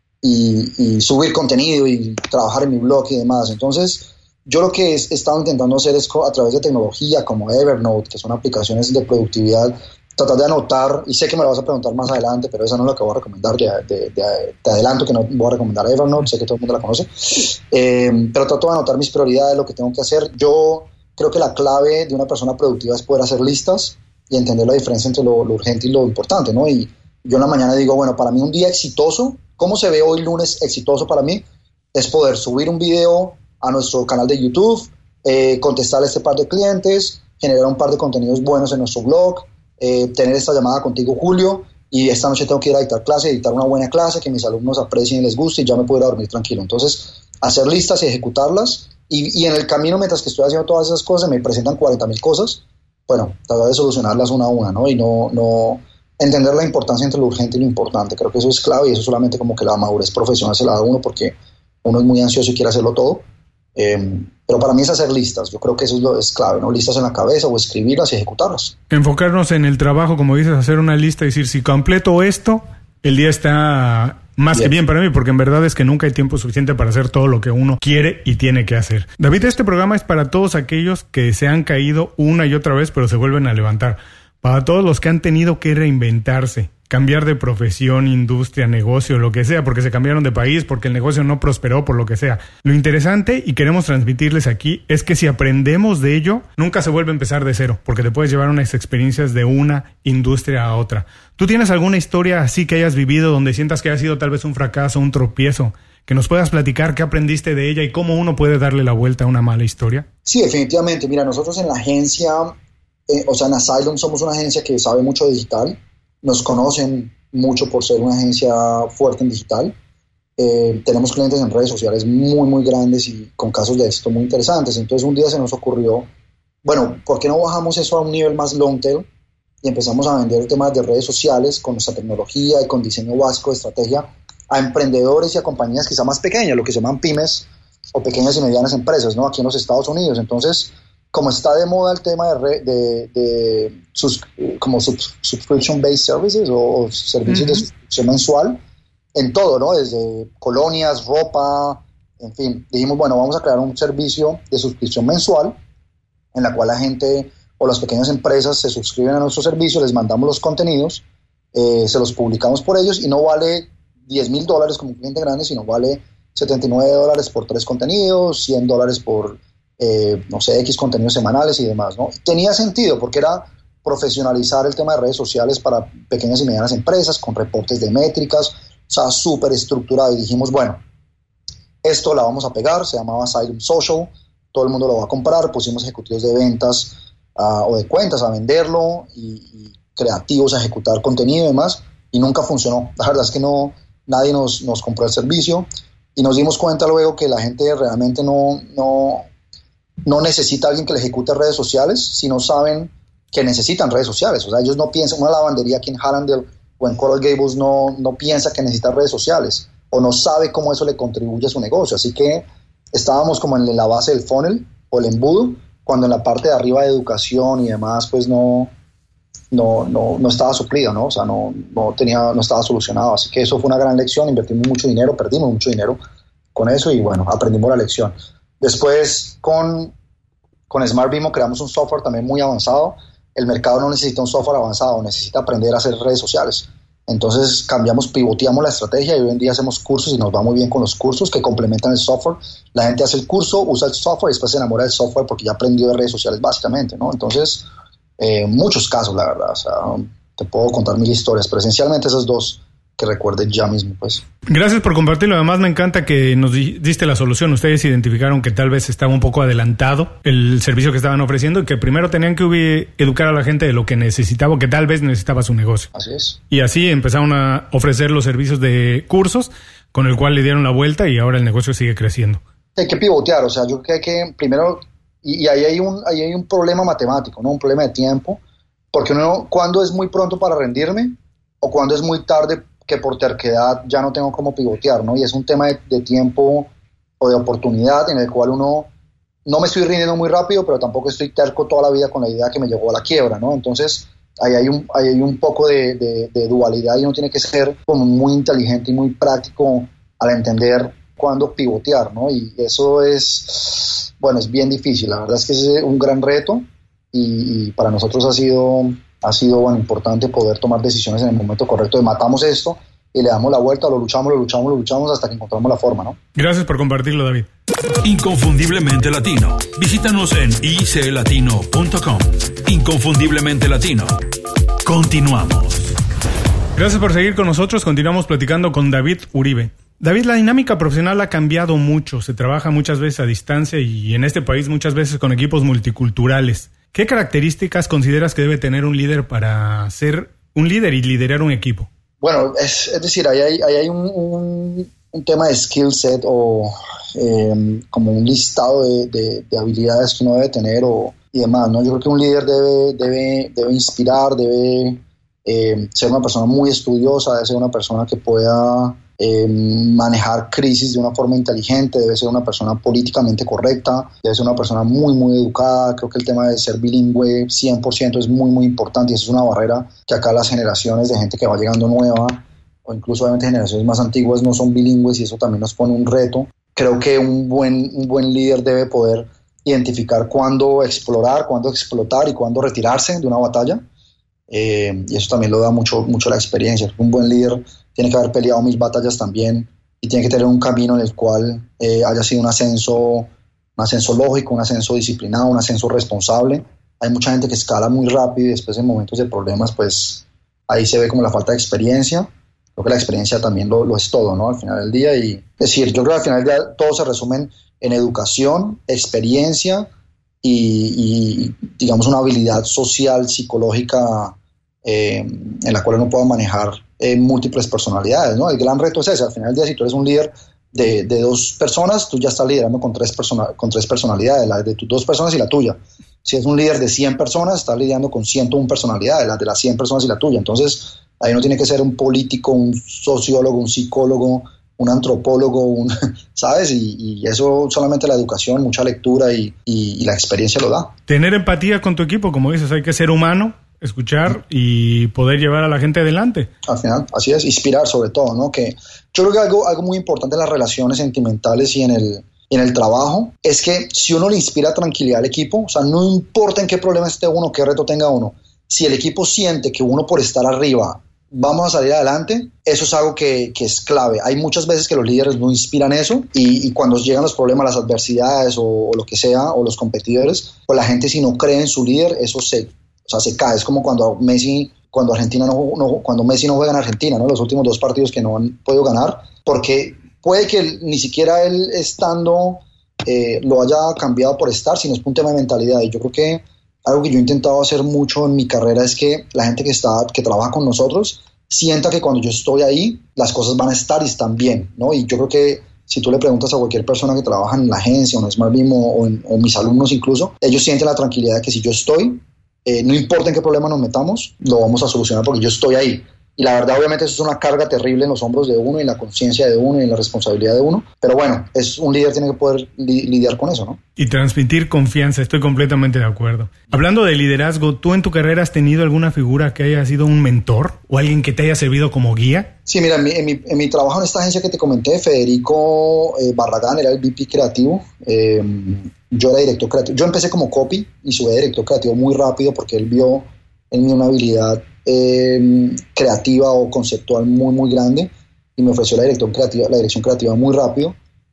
y, y subir contenido y trabajar en mi blog y demás. Entonces, yo lo que he estado intentando hacer es a través de tecnología como Evernote, que son aplicaciones de productividad, tratar de anotar, y sé que me lo vas a preguntar más adelante, pero esa no es la que voy a recomendar, de, de, de, de adelanto que no voy a recomendar Evernote, sé que todo el mundo la conoce, eh, pero trato de anotar mis prioridades, lo que tengo que hacer. Yo creo que la clave de una persona productiva es poder hacer listas y entender la diferencia entre lo, lo urgente y lo importante, ¿no? Y yo en la mañana digo, bueno, para mí un día exitoso, ¿cómo se ve hoy lunes exitoso para mí? Es poder subir un video a nuestro canal de YouTube, eh, contestarle a este par de clientes, generar un par de contenidos buenos en nuestro blog, eh, tener esta llamada contigo, Julio, y esta noche tengo que ir a dictar clase, editar una buena clase, que mis alumnos aprecien y les guste y ya me puedo ir a dormir tranquilo. Entonces, hacer listas y ejecutarlas y, y en el camino, mientras que estoy haciendo todas esas cosas, me presentan cuarenta mil cosas, bueno, tratar de solucionarlas una a una, ¿no? Y no, no entender la importancia entre lo urgente y lo importante. Creo que eso es clave y eso solamente como que la madurez profesional se la da a uno porque uno es muy ansioso y quiere hacerlo todo. Eh, pero para mí es hacer listas, yo creo que eso es, lo, es clave, ¿no? Listas en la cabeza o escribirlas y ejecutarlas. Enfocarnos en el trabajo, como dices, hacer una lista y decir, si completo esto, el día está más bien. que bien para mí, porque en verdad es que nunca hay tiempo suficiente para hacer todo lo que uno quiere y tiene que hacer. David, este programa es para todos aquellos que se han caído una y otra vez, pero se vuelven a levantar. Para todos los que han tenido que reinventarse, cambiar de profesión, industria, negocio, lo que sea, porque se cambiaron de país, porque el negocio no prosperó, por lo que sea. Lo interesante, y queremos transmitirles aquí, es que si aprendemos de ello, nunca se vuelve a empezar de cero, porque te puedes llevar unas experiencias de una industria a otra. ¿Tú tienes alguna historia así que hayas vivido donde sientas que haya sido tal vez un fracaso, un tropiezo, que nos puedas platicar qué aprendiste de ella y cómo uno puede darle la vuelta a una mala historia? Sí, definitivamente. Mira, nosotros en la agencia, eh, o sea, en Asylum somos una agencia que sabe mucho de digital. Nos conocen mucho por ser una agencia fuerte en digital. Eh, tenemos clientes en redes sociales muy, muy grandes y con casos de éxito muy interesantes. Entonces un día se nos ocurrió, bueno, ¿por qué no bajamos eso a un nivel más long tail y empezamos a vender temas de redes sociales con nuestra tecnología y con diseño básico de estrategia a emprendedores y a compañías quizá más pequeñas, lo que se llaman pymes o pequeñas y medianas empresas, ¿no? Aquí en los Estados Unidos. Entonces, como está de moda el tema de, re, de, de sus, como sub, subscription-based services o, o servicios uh-huh. de suscripción mensual, en todo, ¿no? Desde colonias, ropa, en fin. Dijimos, bueno, vamos a crear un servicio de suscripción mensual en la cual la gente o las pequeñas empresas se suscriben a nuestro servicio, les mandamos los contenidos eh, se los publicamos por ellos y no vale diez mil dólares como un cliente grande, sino vale setenta y nueve dólares por tres contenidos, cien dólares por, eh, no sé, X contenidos semanales y demás, ¿no? Tenía sentido porque era profesionalizar el tema de redes sociales para pequeñas y medianas empresas con reportes de métricas, o sea, súper estructurado, y dijimos, bueno, esto la vamos a pegar, se llamaba Asylum Social, todo el mundo lo va a comprar, pusimos ejecutivos de ventas uh, o de cuentas a venderlo y, y creativos a ejecutar contenido y demás, y nunca funcionó. La verdad es que no, nadie nos, nos compró el servicio y nos dimos cuenta luego que la gente realmente no, no, no necesita a alguien que le ejecute redes sociales, sino saben que necesitan redes sociales. O sea, ellos no piensan, una lavandería aquí en Hallandale o en Coral Gables no, no piensa que necesita redes sociales o no sabe cómo eso le contribuye a su negocio. Así que estábamos como en la base del funnel o el embudo, cuando en la parte de arriba de educación y demás pues no, no, no, no estaba suplido, ¿no? O sea, no, no, tenía, no estaba solucionado. Así que eso fue una gran lección, invertimos mucho dinero, perdimos mucho dinero con eso y bueno, aprendimos la lección. Después con, con Smart Vimo creamos un software también muy avanzado. El mercado no necesita un software avanzado, necesita aprender a hacer redes sociales. Entonces cambiamos, pivoteamos la estrategia y hoy en día hacemos cursos y nos va muy bien con los cursos que complementan el software. La gente hace el curso, usa el software y después se enamora del software porque ya aprendió de redes sociales básicamente, ¿no? Entonces, eh, muchos casos, la verdad. O sea, te puedo contar mil historias, pero esencialmente esas dos que recuerde ya mismo, pues. Gracias por compartirlo. Además, me encanta que nos diste la solución. Ustedes identificaron que tal vez estaba un poco adelantado el servicio que estaban ofreciendo y que primero tenían que educar a la gente de lo que necesitaba o que tal vez necesitaba su negocio. Así es. Y así empezaron a ofrecer los servicios de cursos con el cual le dieron la vuelta y ahora el negocio sigue creciendo. Hay que pivotear. O sea, yo creo que hay que primero, y, y ahí hay un, ahí hay un problema matemático, ¿no? Un problema de tiempo, porque uno, ¿cuándo es muy pronto para rendirme? O cuándo es muy tarde que por terquedad ya no tengo cómo pivotear, ¿no? Y es un tema de, de tiempo o de oportunidad en el cual uno, no me estoy rindiendo muy rápido, pero tampoco estoy terco toda la vida con la idea que me llevó a la quiebra, ¿no? Entonces, ahí hay un, ahí hay un poco de, de, de dualidad y uno tiene que ser como muy inteligente y muy práctico al entender cuándo pivotear, ¿no? Y eso es, bueno, es bien difícil. La verdad es que es un gran reto y, y para nosotros ha sido... ha sido bueno, importante poder tomar decisiones en el momento correcto de matamos esto y le damos la vuelta, lo luchamos, lo luchamos, lo luchamos hasta que encontramos la forma, ¿no? Gracias por compartirlo, David. Inconfundiblemente Latino. Visítanos en i c latino punto com. Inconfundiblemente Latino. Continuamos. Gracias por seguir con nosotros. Continuamos platicando con David Uribe. David, la dinámica profesional ha cambiado mucho. Se trabaja muchas veces a distancia y en este país muchas veces con equipos multiculturales. ¿Qué características consideras que debe tener un líder para ser un líder y liderar un equipo? Bueno, es, es decir, ahí hay, ahí hay un, un, un tema de skill set o eh, como un listado de, de, de habilidades que uno debe tener o, y demás, ¿no? Yo creo que un líder debe, debe, debe inspirar, debe eh, ser una persona muy estudiosa, debe ser una persona que pueda Eh, manejar crisis de una forma inteligente, debe ser una persona políticamente correcta, debe ser una persona muy muy educada. Creo que el tema de ser bilingüe cien por ciento es muy muy importante y eso es una barrera que acá las generaciones de gente que va llegando nueva o incluso obviamente generaciones más antiguas no son bilingües y eso también nos pone un reto. Creo que un buen, un buen líder debe poder identificar cuándo explorar, cuándo explotar y cuándo retirarse de una batalla. Eh, y eso también lo da mucho, mucho la experiencia. Un buen líder tiene que haber peleado mil batallas también y tiene que tener un camino en el cual eh, haya sido un ascenso, un ascenso lógico, un ascenso disciplinado, un ascenso responsable. Hay mucha gente que escala muy rápido y después en momentos de problemas pues ahí se ve como la falta de experiencia. Creo que la experiencia también lo, lo es todo, ¿no? Al final del día. Y es decir, yo creo que al final del día todo se resume en educación, experiencia y, y digamos una habilidad social, psicológica eh, en la cual uno pueda manejar eh, múltiples personalidades, ¿no? El gran reto es ese. Al final del día, si tú eres un líder de, de dos personas, tú ya estás liderando con tres, persona, con tres personalidades, la de tus dos personas y la tuya. Si es un líder de cien personas, estás lidiando con ciento una personalidades, las de las cien personas y la tuya. Entonces, ahí no tiene que ser un político, un sociólogo, un psicólogo, un antropólogo, un, ¿sabes? Y, y eso solamente la educación, mucha lectura y, y, y la experiencia lo da. Tener empatía con tu equipo, como dices, hay que ser humano, escuchar y poder llevar a la gente adelante. Al final, así es, inspirar sobre todo, ¿no? Que yo creo que algo, algo muy importante en las relaciones sentimentales y en el, y en el trabajo es que si uno le inspira tranquilidad al equipo, o sea, no importa en qué problema esté uno, qué reto tenga uno, si el equipo siente que uno por estar arriba vamos a salir adelante, eso es algo que, que es clave. Hay muchas veces que los líderes no inspiran eso y, y cuando llegan los problemas, las adversidades o, o lo que sea, o los competidores, pues la gente si no cree en su líder, eso se, o sea, se cae. Es como cuando Messi, cuando Argentina no, no, cuando Messi no juega en Argentina, ¿no? Los últimos dos partidos que no han podido ganar, porque puede que él, ni siquiera él estando eh, lo haya cambiado por estar, sino es un tema de mentalidad. Y yo creo que algo que yo he intentado hacer mucho en mi carrera es que la gente que está, que trabaja con nosotros sienta que cuando yo estoy ahí, las cosas van a estar y están bien, ¿no? Y yo creo que si tú le preguntas a cualquier persona que trabaja en la agencia o en SmartBeam o, o, en, o mis alumnos incluso, ellos sienten la tranquilidad de que si yo estoy, eh, no importa en qué problema nos metamos, lo vamos a solucionar porque yo estoy ahí. Y la verdad, obviamente, eso es una carga terrible en los hombros de uno y en la conciencia de uno y en la responsabilidad de uno. Pero bueno, es un líder tiene que poder li- lidiar con eso, ¿no? Y transmitir confianza, estoy completamente de acuerdo. Hablando de liderazgo, ¿tú en tu carrera has tenido alguna figura que haya sido un mentor o alguien que te haya servido como guía? Sí, mira, en mi, en mi, en mi trabajo en esta agencia que te comenté, Federico eh, Barragán era el V P creativo. Eh, yo era director creativo. Yo empecé como copy y subí a director creativo muy rápido porque él vio en mí una habilidad Eh, creativa o conceptual muy muy grande y me ofreció la dirección creativa, la dirección creativa muy rápido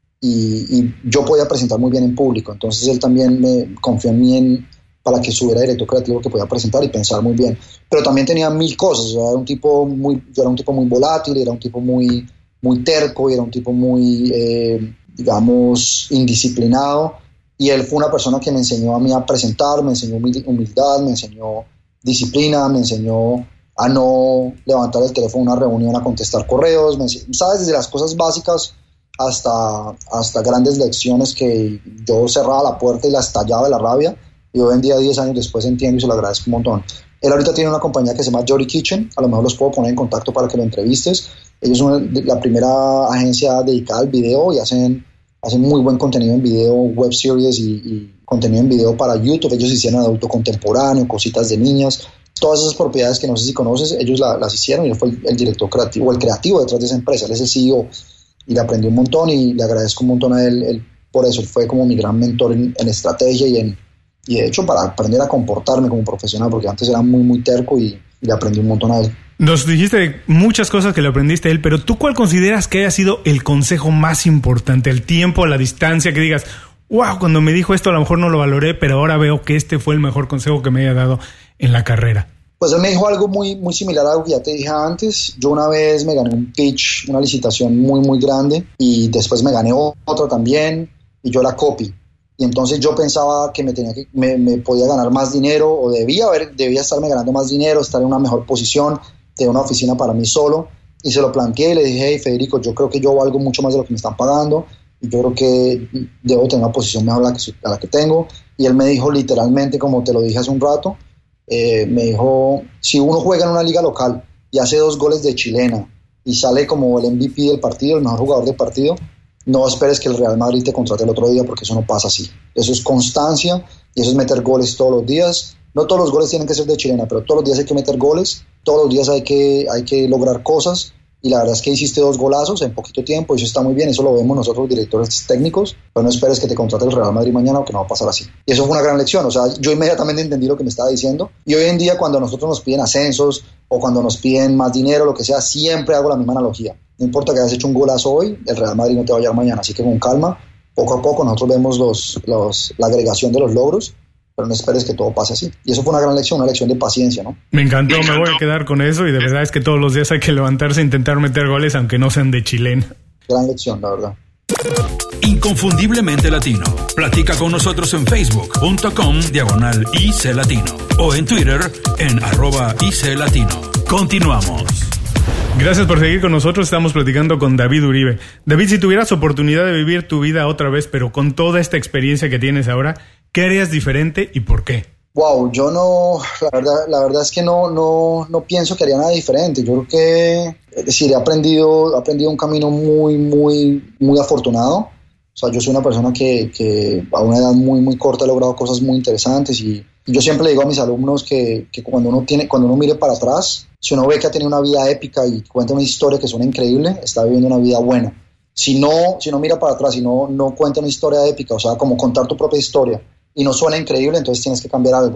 y, y yo podía presentar muy bien en público, entonces él también me confió en mí en, para que subiera director creativo que podía presentar y pensar muy bien, pero también tenía mil cosas. O sea, era un tipo muy, yo era un tipo muy volátil, era un tipo muy, muy terco y era un tipo muy eh, digamos indisciplinado y él fue una persona que me enseñó a mí a presentar, me enseñó humildad, me enseñó disciplina, me enseñó a no levantar el teléfono en una reunión a contestar correos, me enseñó, ¿sabes? Desde las cosas básicas hasta, hasta grandes lecciones que yo cerraba la puerta y la estallaba de la rabia y hoy en día, diez años después, entiendo y se lo agradezco un montón. Él ahorita tiene una compañía que se llama Jory Kitchen, a lo mejor los puedo poner en contacto para que lo entrevistes. Ellos son la primera agencia dedicada al video y hacen, hacen muy buen contenido en video, web series y, y contenido en video para YouTube. Ellos hicieron adulto contemporáneo, cositas de niñas, todas esas propiedades que no sé si conoces, ellos la, las hicieron y él fue el, el director creativo, el creativo detrás de esa empresa. Él es el C E O y le aprendí un montón y le agradezco un montón a él, él por eso. Él fue como mi gran mentor en, en estrategia y en y de hecho para aprender a comportarme como profesional, porque antes era muy muy terco y, y le aprendí un montón a él. Nos dijiste muchas cosas que le aprendiste a él, pero ¿tú cuál consideras que haya sido el consejo más importante? El tiempo, la distancia, que digas, wow, cuando me dijo esto a lo mejor no lo valoré, pero ahora veo que este fue el mejor consejo que me haya dado en la carrera. Pues él me dijo algo muy, muy similar a algo que ya te dije antes. Yo una vez me gané un pitch, una licitación muy muy grande y después me gané otra también y yo la copy. Y entonces yo pensaba que me tenía que me, me podía ganar más dinero o debía haber debía estarme ganando más dinero, estar en una mejor posición, tener una oficina para mí solo, y se lo planteé y le dije, hey Federico, yo creo que yo valgo mucho más de lo que me están pagando y yo creo que debo tener una posición mejor a la que, a la que tengo. Y él me dijo literalmente, como te lo dije hace un rato, eh, me dijo, si uno juega en una liga local y hace dos goles de chilena y sale como el M V P del partido, el mejor jugador del partido, no esperes que el Real Madrid te contrate el otro día, porque eso no pasa así. Eso es constancia y eso es meter goles todos los días. No todos los goles tienen que ser de chilena, pero todos los días hay que meter goles, todos los días hay que, hay que lograr cosas y la verdad es que hiciste dos golazos en poquito tiempo y eso está muy bien, eso lo vemos nosotros directores técnicos, pero no esperes que te contrate el Real Madrid mañana o que no va a pasar así. Y eso fue una gran lección, o sea, yo inmediatamente entendí lo que me estaba diciendo y hoy en día cuando nosotros nos piden ascensos o cuando nos piden más dinero, lo que sea, siempre hago la misma analogía. No importa que hayas hecho un golazo hoy, el Real Madrid no te va a llegar mañana, así que con calma, poco a poco nosotros vemos los, los, la agregación de los logros, pero no esperes que todo pase así. Y eso fue una gran lección, una lección de paciencia, ¿no? Me encantó, me voy a quedar con eso y de verdad es que todos los días hay que levantarse e intentar meter goles aunque no sean de chilena. Gran lección, la verdad. Inconfundiblemente Latino. Platica con nosotros en Facebook.com diagonal IC Latino o en Twitter en arroba IC Latino. Continuamos. Gracias por seguir con nosotros. Estamos platicando con David Uribe. David, si tuvieras oportunidad de vivir tu vida otra vez, pero con toda esta experiencia que tienes ahora, ¿qué harías diferente y por qué? Wow, yo no, la verdad, la verdad es que no, no, no pienso que haría nada diferente. Yo creo que, es decir, he aprendido, he aprendido un camino muy, muy, muy afortunado. O sea, yo soy una persona que, que a una edad muy, muy corta he logrado cosas muy interesantes y yo siempre le digo a mis alumnos que, que cuando uno tiene, cuando uno mire para atrás, si uno ve que ha tenido una vida épica y cuenta una historia que suena increíble, está viviendo una vida buena. Si no, si no mira para atrás y no, no cuenta una historia épica, o sea, como contar tu propia historia y no suena increíble, entonces tienes que cambiar algo.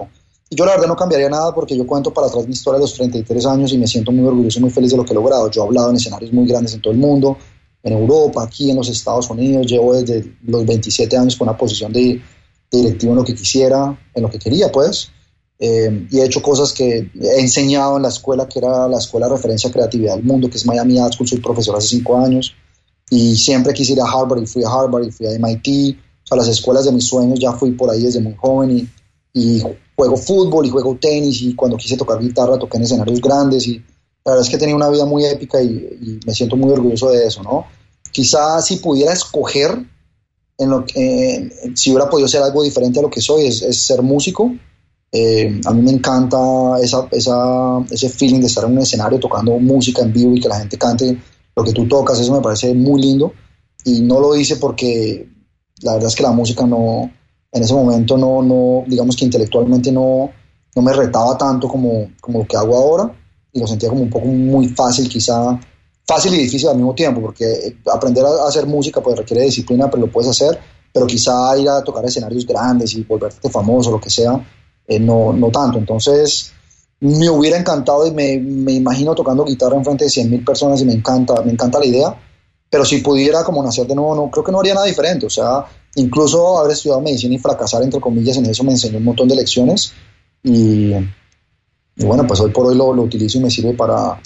Y yo la verdad no cambiaría nada porque yo cuento para atrás mi historia de los treinta y tres años y me siento muy orgulloso y muy feliz de lo que he logrado. Yo he hablado en escenarios muy grandes en todo el mundo, en Europa, aquí en los Estados Unidos. Llevo desde los veintisiete años con una posición de, de directivo en lo que quisiera, en lo que quería pues. Eh, y he hecho cosas que he enseñado en la escuela, que era la escuela de referencia a creatividad del mundo, que es Miami Art School. Soy profesor hace cinco años y siempre quise ir a Harvard y fui a Harvard y fui a M I T. O sea, las escuelas de mis sueños ya fui por ahí desde muy joven y, y juego fútbol y juego tenis, y cuando quise tocar guitarra toqué en escenarios grandes, y la verdad es que he tenido una vida muy épica y, y me siento muy orgulloso de eso, ¿no? Quizás si pudiera escoger en lo que, eh, si hubiera podido ser algo diferente a lo que soy, es, es ser músico. Eh, a mí me encanta esa, esa, ese feeling de estar en un escenario tocando música en vivo y que la gente cante lo que tú tocas. Eso me parece muy lindo y no lo hice porque la verdad es que la música no, en ese momento no, no digamos que intelectualmente no, no me retaba tanto como, como lo que hago ahora, y lo sentía como un poco muy fácil, quizá fácil y difícil al mismo tiempo, porque aprender a hacer música pues requiere disciplina, pero lo puedes hacer, pero quizá ir a tocar escenarios grandes y volverte famoso, lo que sea, eh, no, no tanto. Entonces me hubiera encantado y me, me imagino tocando guitarra en frente de cien mil personas y me encanta, me encanta la idea, pero si pudiera como nacer de nuevo, no, creo que no haría nada diferente. O sea, incluso haber estudiado medicina y fracasar entre comillas en eso me enseñó un montón de lecciones y, y bueno, pues hoy por hoy lo, lo utilizo y me sirve para,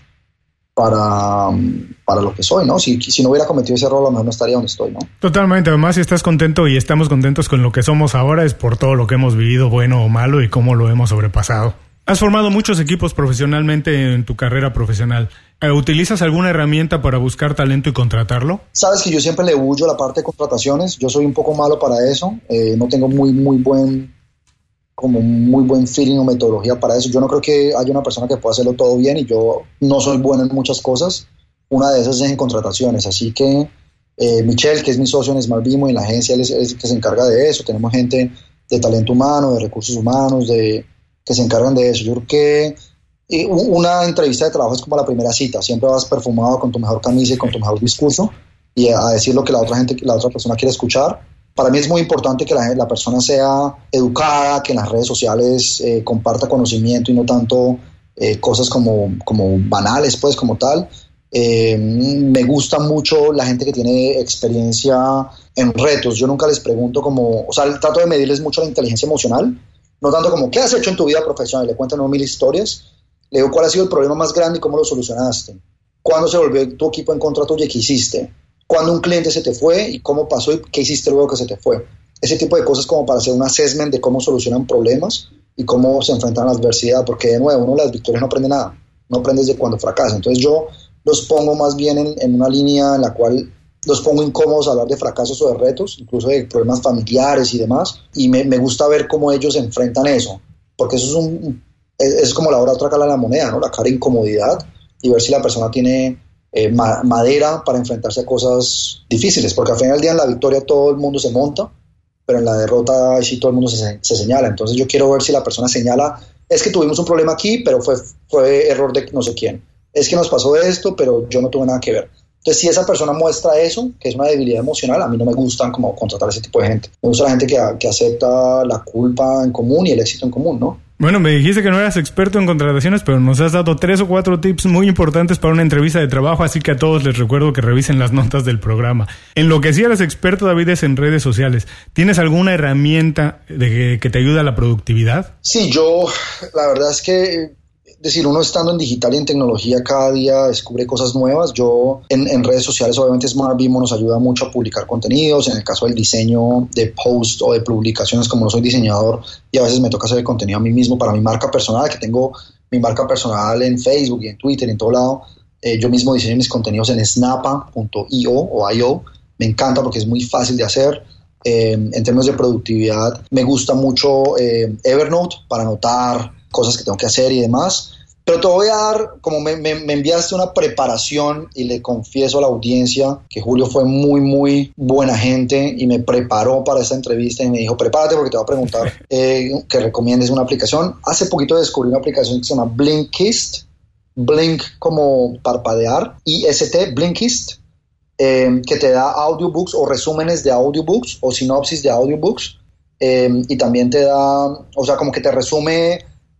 para, para lo que soy, ¿no? Si, si no hubiera cometido ese error, a lo mejor no estaría donde estoy, ¿no? Totalmente. Además, si estás contento y estamos contentos con lo que somos ahora, es por todo lo que hemos vivido, bueno o malo, y cómo lo hemos sobrepasado. Has formado muchos equipos profesionalmente en tu carrera profesional. ¿Utilizas alguna herramienta para buscar talento y contratarlo? Sabes que yo siempre le huyo a la parte de contrataciones. Yo soy un poco malo para eso. Eh, no tengo muy, muy buen, como muy buen feeling o metodología para eso. Yo no creo que haya una persona que pueda hacerlo todo bien, y yo no soy bueno en muchas cosas. Una de esas es en contrataciones. Así que eh, Michelle, que es mi socio en Smart Bimo y en la agencia, él es, es el que se encarga de eso. Tenemos gente de talento humano, de recursos humanos, de que se encargan de eso. Yo creo que eh, una entrevista de trabajo es como la primera cita. Siempre vas perfumado con tu mejor camisa y con tu mejor discurso y a, a decir lo que la otra gente, la otra persona quiere escuchar. Para mí es muy importante que la, la persona sea educada, que en las redes sociales eh, comparta conocimiento y no tanto eh, cosas como, como banales, pues, como tal. Eh, me gusta mucho la gente que tiene experiencia en retos. Yo nunca les pregunto como, o sea, trato de medirles mucho la inteligencia emocional. No tanto como, ¿qué has hecho en tu vida profesional? Le cuentan mil historias. Le digo, ¿cuál ha sido el problema más grande y cómo lo solucionaste? ¿Cuándo se volvió tu equipo en contra tuya y qué hiciste? ¿Cuándo un cliente se te fue y cómo pasó y qué hiciste luego que se te fue? Ese tipo de cosas como para hacer un assessment de cómo solucionan problemas y cómo se enfrentan a la adversidad. Porque de nuevo, uno de las victorias no aprende nada. No aprendes de cuando fracasa. Entonces yo los pongo más bien en, en una línea en la cual los pongo incómodos a hablar de fracasos o de retos, incluso de problemas familiares y demás, y me, me gusta ver cómo ellos enfrentan eso, porque eso es, un, es, es como la otra cara de la moneda, ¿no? La cara de incomodidad, y ver si la persona tiene eh, ma- madera para enfrentarse a cosas difíciles, porque al final del día en la victoria todo el mundo se monta, pero en la derrota sí todo el mundo se, se señala. Entonces yo quiero ver si la persona señala, es que tuvimos un problema aquí, pero fue, fue error de no sé quién, es que nos pasó esto, pero yo no tuve nada que ver. Entonces, si esa persona muestra eso, que es una debilidad emocional, a mí no me gustan como contratar a ese tipo de gente. Me gusta la gente que, que acepta la culpa en común y el éxito en común, ¿no? Bueno, me dijiste que no eras experto en contrataciones, pero nos has dado tres o cuatro tips muy importantes para una entrevista de trabajo, así que a todos les recuerdo que revisen las notas del programa. En lo que sí eres experto, David, es en redes sociales. ¿Tienes alguna herramienta de que, que te ayude a la productividad? Sí, yo, la verdad es que... Es decir, uno estando en digital y en tecnología cada día descubre cosas nuevas. Yo en, en redes sociales, obviamente Smart Bimo nos ayuda mucho a publicar contenidos. En el caso del diseño de post o de publicaciones, como no soy diseñador y a veces me toca hacer el contenido a mí mismo para mi marca personal, que tengo mi marca personal en Facebook y en Twitter y en todo lado. Eh, yo mismo diseño mis contenidos en snappa punto io o io. Me encanta porque es muy fácil de hacer. Eh, en términos de productividad, me gusta mucho eh, Evernote para anotar cosas que tengo que hacer y demás. Pero te voy a dar, como me, me, me enviaste una preparación, y le confieso a la audiencia que Julio fue muy, muy buena gente y me preparó para esta entrevista y me dijo, prepárate porque te voy a preguntar eh, que recomiendes una aplicación. Hace poquito descubrí una aplicación que se llama Blinkist, Blink como parpadear, I S T, Blinkist, eh, que te da audiobooks o resúmenes de audiobooks o sinopsis de audiobooks, eh, y también te da, o sea, como que te resume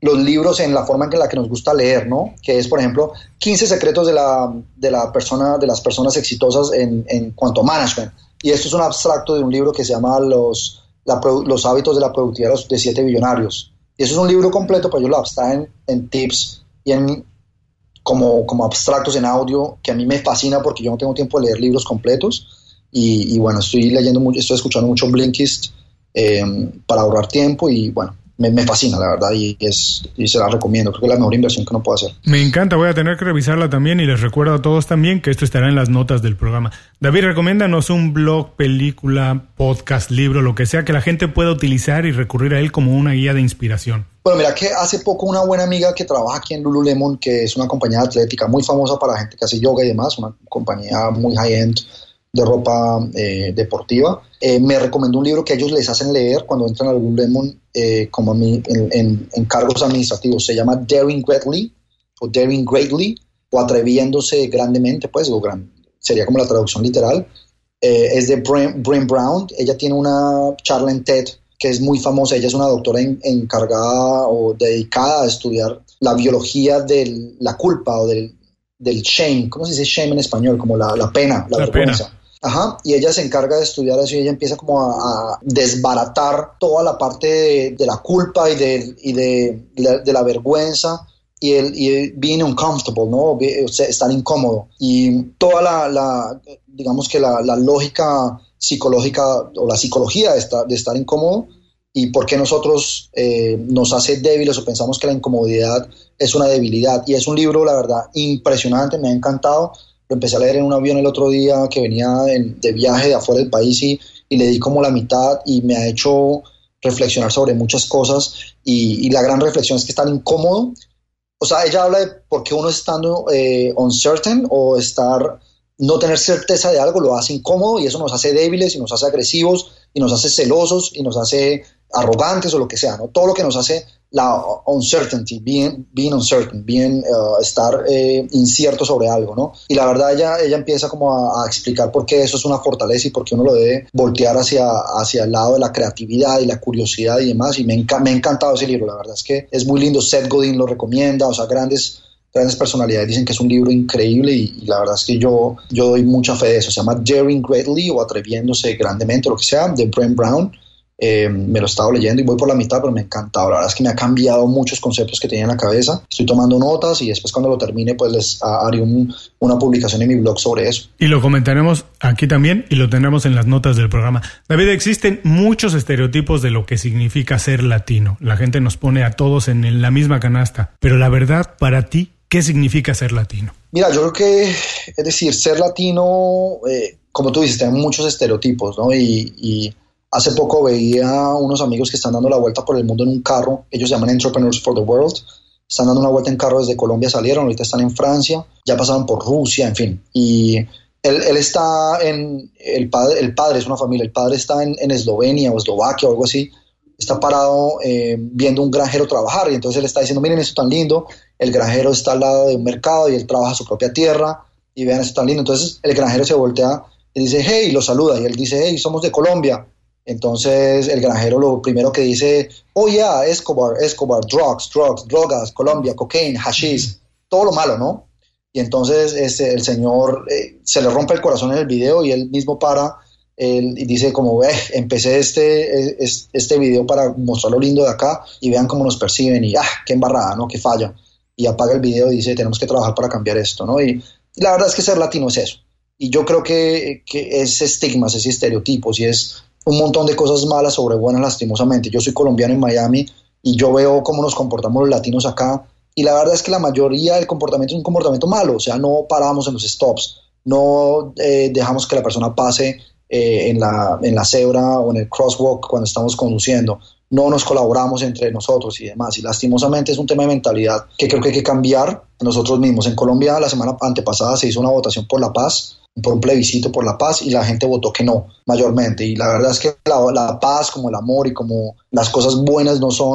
los libros en la forma en la que nos gusta leer, ¿no? Que es, por ejemplo, quince secretos de la, de la persona, de las personas exitosas en, en cuanto a management. Y esto es un abstracto de un libro que se llama Los, la, los hábitos de la productividad de siete billonarios. Y eso es un libro completo, pero ellos lo abstraen en tips y en como, como abstractos en audio, que a mí me fascina porque yo no tengo tiempo de leer libros completos. Y, y bueno, estoy leyendo mucho, estoy escuchando mucho Blinkist eh, para ahorrar tiempo y bueno, Me, me fascina, la verdad, y, es, y se la recomiendo. Creo que es la mejor inversión que uno puede hacer. Me encanta, voy a tener que revisarla también y les recuerdo a todos también que esto estará en las notas del programa. David, recomiéndanos un blog, película, podcast, libro, lo que sea que la gente pueda utilizar y recurrir a él como una guía de inspiración. Bueno, mira que hace poco una buena amiga que trabaja aquí en Lululemon, que es una compañía atlética muy famosa para gente que hace yoga y demás, una compañía muy high-end de ropa eh, deportiva, eh, me recomendó un libro que ellos les hacen leer cuando entran a Lululemon eh, como a mí, en, en, en cargos administrativos. Se llama Daring Greatly o Daring Greatly o Atreviéndose Grandemente, pues, o gran, sería como la traducción literal. Eh, es de Brené Brown. Ella tiene una charla en TED que es muy famosa. Ella es una doctora en, encargada o dedicada a estudiar la biología de la culpa o del, del shame. ¿Cómo se dice shame en español? Como la, la pena, la, la vergüenza. Pena. Ajá, y ella se encarga de estudiar eso y ella empieza como a, a desbaratar toda la parte de, de la culpa y de, y de, de, de la vergüenza y el, y el being uncomfortable, ¿no? O sea, estar incómodo. Y toda la, la digamos que la, la lógica psicológica o la psicología de estar, de estar incómodo y por qué nosotros eh, nos hace débiles o pensamos que la incomodidad es una debilidad. Y es un libro, la verdad, impresionante, me ha encantado. Lo empecé a leer en un avión el otro día que venía de, de viaje de afuera del país y, y le di como la mitad y me ha hecho reflexionar sobre muchas cosas y, y la gran reflexión es que es tan incómodo. O sea, ella habla de por qué uno estando eh, uncertain o estar, no tener certeza de algo lo hace incómodo y eso nos hace débiles y nos hace agresivos y nos hace celosos y nos hace arrogantes o lo que sea, ¿no? Todo lo que nos hace la uncertainty, being, being uncertain, being, uh, estar eh, incierto sobre algo, ¿no? Y la verdad ella, ella empieza como a, a explicar por qué eso es una fortaleza y por qué uno lo debe voltear hacia, hacia el lado de la creatividad y la curiosidad y demás, y me, enca- me ha encantado ese libro, la verdad es que es muy lindo. Seth Godin lo recomienda, o sea, grandes, grandes personalidades dicen que es un libro increíble y, y la verdad es que yo, yo doy mucha fe de eso. Se llama Daring Greatly o Atreviéndose Grandemente, lo que sea, de Brené Brown. Eh, me lo he estado leyendo y voy por la mitad, pero me ha encantado. La verdad es que me ha cambiado muchos conceptos que tenía en la cabeza. Estoy tomando notas y después cuando lo termine pues les haré un, una publicación en mi blog sobre eso. Y lo comentaremos aquí también y lo tendremos en las notas del programa. David, existen muchos estereotipos de lo que significa ser latino. La gente nos pone a todos en la misma canasta, pero la verdad, para ti, ¿qué significa ser latino? Mira, yo creo que, es decir, ser latino, eh, como tú dices, tenemos muchos estereotipos, ¿no? Y, y hace poco veía unos amigos que están dando la vuelta por el mundo en un carro. Ellos se llaman Entrepreneurs for the World. Están dando una vuelta en carro desde Colombia, salieron, ahorita están en Francia, ya pasaron por Rusia, en fin. Y él, él está en, el padre, el padre es una familia, el padre está en, en Eslovenia o Eslovaquia o algo así. Está parado eh, viendo un granjero trabajar y entonces él está diciendo, miren esto tan lindo, el granjero está al lado de un mercado y él trabaja su propia tierra y vean esto tan lindo. Entonces el granjero se voltea y dice, hey, lo saluda y él dice, hey, somos de Colombia. Entonces el granjero lo primero que dice, oh yeah, Escobar, Escobar, drugs, drugs, drogas, Colombia, cocaine, hashish, todo lo malo, ¿no? Y entonces este, el señor eh, se le rompe el corazón en el video y él mismo para él, y dice como, eh, empecé este, este video para mostrar lo lindo de acá y vean cómo nos perciben y ah, qué embarrada, ¿no? Qué falla. Y apaga el video y dice, tenemos que trabajar para cambiar esto, ¿no? Y, y la verdad es que ser latino es eso. Y yo creo que, que es estigmas, es estereotipos y es un montón de cosas malas sobre buenas, lastimosamente. Yo soy colombiano en Miami y yo veo cómo nos comportamos los latinos acá y la verdad es que la mayoría del comportamiento es un comportamiento malo, o sea, no paramos en los stops, no eh, dejamos que la persona pase eh, en, la, en la cebra o en el crosswalk cuando estamos conduciendo, no nos colaboramos entre nosotros y demás, y lastimosamente es un tema de mentalidad que creo que hay que cambiar nosotros mismos. En Colombia la semana antepasada se hizo una votación por la paz, por un plebiscito por la paz y la gente votó que no, mayormente, y la verdad es que la, la paz como el amor y como las cosas buenas no son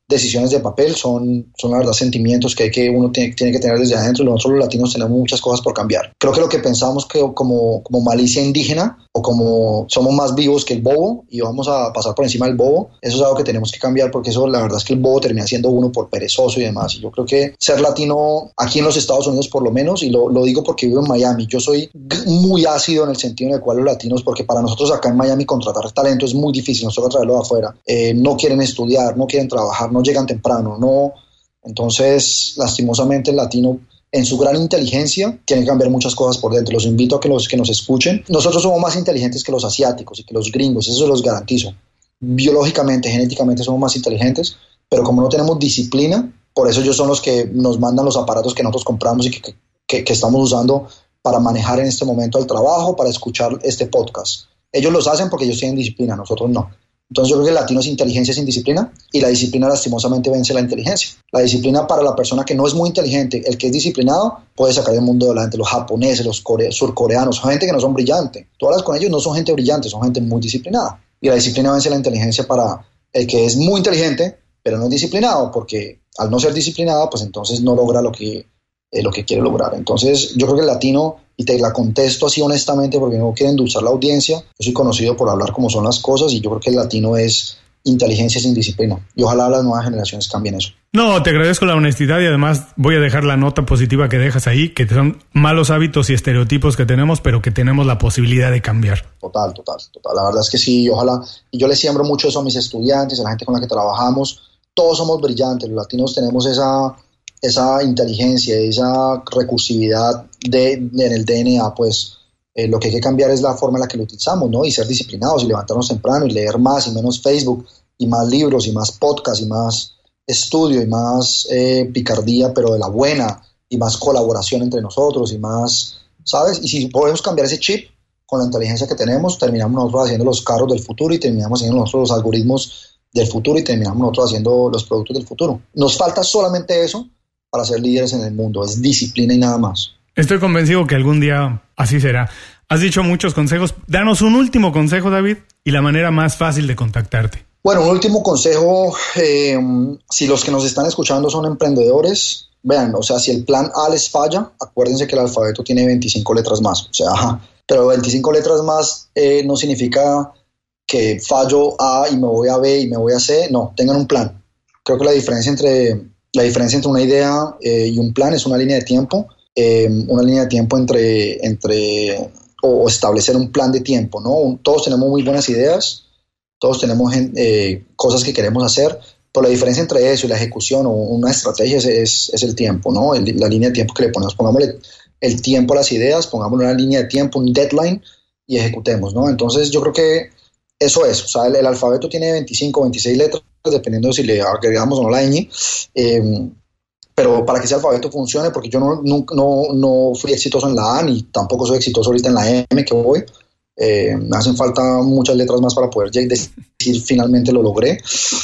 decisiones de papel, son, son la verdad sentimientos que, hay que uno tiene, tiene que tener desde adentro. Nosotros los latinos tenemos muchas cosas por cambiar. Creo que lo que pensamos que como, como malicia indígena o como somos más vivos que el bobo y vamos a pasar por encima del bobo, eso es algo que tenemos que cambiar, porque eso la verdad es que el bobo termina siendo uno por perezoso y demás. Y yo creo que ser latino aquí en los Estados Unidos por lo menos, y lo, lo digo porque vivo en Miami, yo soy muy ácido en el sentido en el cual los latinos, porque para nosotros acá en Miami contratar talento es muy difícil, nos toca traerlo de afuera, eh, no quieren estudiar, no quieren trabajar, no llegan temprano, no. Entonces, lastimosamente, el latino, en su gran inteligencia, tiene que cambiar muchas cosas por dentro. Los invito a que los que nos escuchen. Nosotros somos más inteligentes que los asiáticos y que los gringos, eso se los garantizo. Biológicamente, genéticamente somos más inteligentes, pero como no tenemos disciplina, por eso ellos son los que nos mandan los aparatos que nosotros compramos y que, que, que estamos usando para manejar en este momento el trabajo, para escuchar este podcast. Ellos los hacen porque ellos tienen disciplina, nosotros no. Entonces yo creo que el latino es inteligencia sin disciplina, y la disciplina lastimosamente vence la inteligencia. La disciplina para la persona que no es muy inteligente, el que es disciplinado puede sacar el mundo adelante. Los japoneses, los core- surcoreanos, son gente que no son brillantes. Tú hablas con ellos, no son gente brillante, son gente muy disciplinada. Y la disciplina vence la inteligencia para el que es muy inteligente, pero no es disciplinado, porque al no ser disciplinado, pues entonces no logra lo que, eh, lo que quiere lograr. Entonces yo creo que el latino, y te la contesto así honestamente porque no quiero endulzar la audiencia, yo soy conocido por hablar como son las cosas, y yo creo que el latino es inteligencia sin disciplina, y ojalá las nuevas generaciones cambien eso. No, te agradezco la honestidad, y además voy a dejar la nota positiva que dejas ahí, que son malos hábitos y estereotipos que tenemos, pero que tenemos la posibilidad de cambiar. Total, total, total. La verdad es que sí, ojalá, y yo le siembro mucho eso a mis estudiantes, a la gente con la que trabajamos. Todos somos brillantes, los latinos tenemos esa, esa inteligencia, esa recursividad de, de, en el D N A, pues eh, lo que hay que cambiar es la forma en la que lo utilizamos, ¿no? Y ser disciplinados y levantarnos temprano y leer más y menos Facebook y más libros y más podcasts y más estudio y más eh, picardía, pero de la buena, y más colaboración entre nosotros y más, ¿sabes? Y si podemos cambiar ese chip con la inteligencia que tenemos, terminamos nosotros haciendo los carros del futuro y terminamos haciendo nosotros los algoritmos del futuro y terminamos nosotros haciendo los productos del futuro. Nos falta solamente eso para ser líderes en el mundo, es disciplina y nada más. Estoy convencido que algún día así será. Has dicho muchos consejos. Danos un último consejo, David, y la manera más fácil de contactarte. Bueno, un último consejo, eh, si los que nos están escuchando son emprendedores, vean, o sea, si el plan A les falla, acuérdense que el alfabeto tiene veinticinco letras más, o sea, ajá, pero veinticinco letras más eh, no significa que fallo A y me voy a B y me voy a C, no, tengan un plan. Creo que la diferencia entre, la diferencia entre una idea eh, y un plan es una línea de tiempo, eh, una línea de tiempo entre, entre o establecer un plan de tiempo, ¿no? Todos tenemos muy buenas ideas, todos tenemos eh, cosas que queremos hacer, pero la diferencia entre eso y la ejecución o una estrategia es, es, es el tiempo, ¿no? El, la línea de tiempo que le ponemos. Pongámosle el tiempo a las ideas, pongámosle una línea de tiempo, un deadline, y ejecutemos, ¿no? Entonces yo creo que eso es, o sea, el, el alfabeto tiene veinticinco, veintiséis letras, dependiendo de si le agregamos o no la ñ, eh, pero para que ese alfabeto funcione, porque yo no, no, no, no fui exitoso en la A, ni tampoco soy exitoso ahorita en la M que voy, eh, me hacen falta muchas letras más para poder decir finalmente lo logré,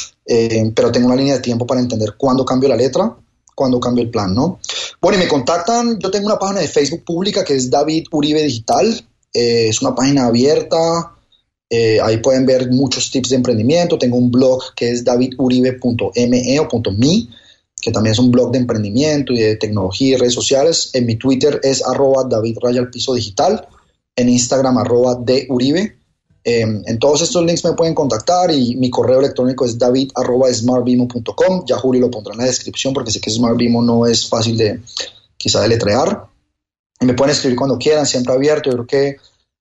eh, pero tengo una línea de tiempo para entender cuándo cambio la letra, cuándo cambio el plan, ¿no? Bueno, y me contactan, yo tengo una página de Facebook pública que es David Uribe Digital, eh, es una página abierta. Eh, ahí pueden ver muchos tips de emprendimiento. Tengo un blog que es david uribe punto me o .me, que también es un blog de emprendimiento y de tecnología y redes sociales. En mi Twitter es arroba david raya al piso digital, en Instagram arroba duribe. Eh, en todos estos links me pueden contactar, y mi correo electrónico es david arroba smartbimo punto com. Ya Julio lo pondrá en la descripción porque sé que Smartbimo no es fácil de quizá deletrear. Y me pueden escribir cuando quieran, siempre abierto. Yo creo que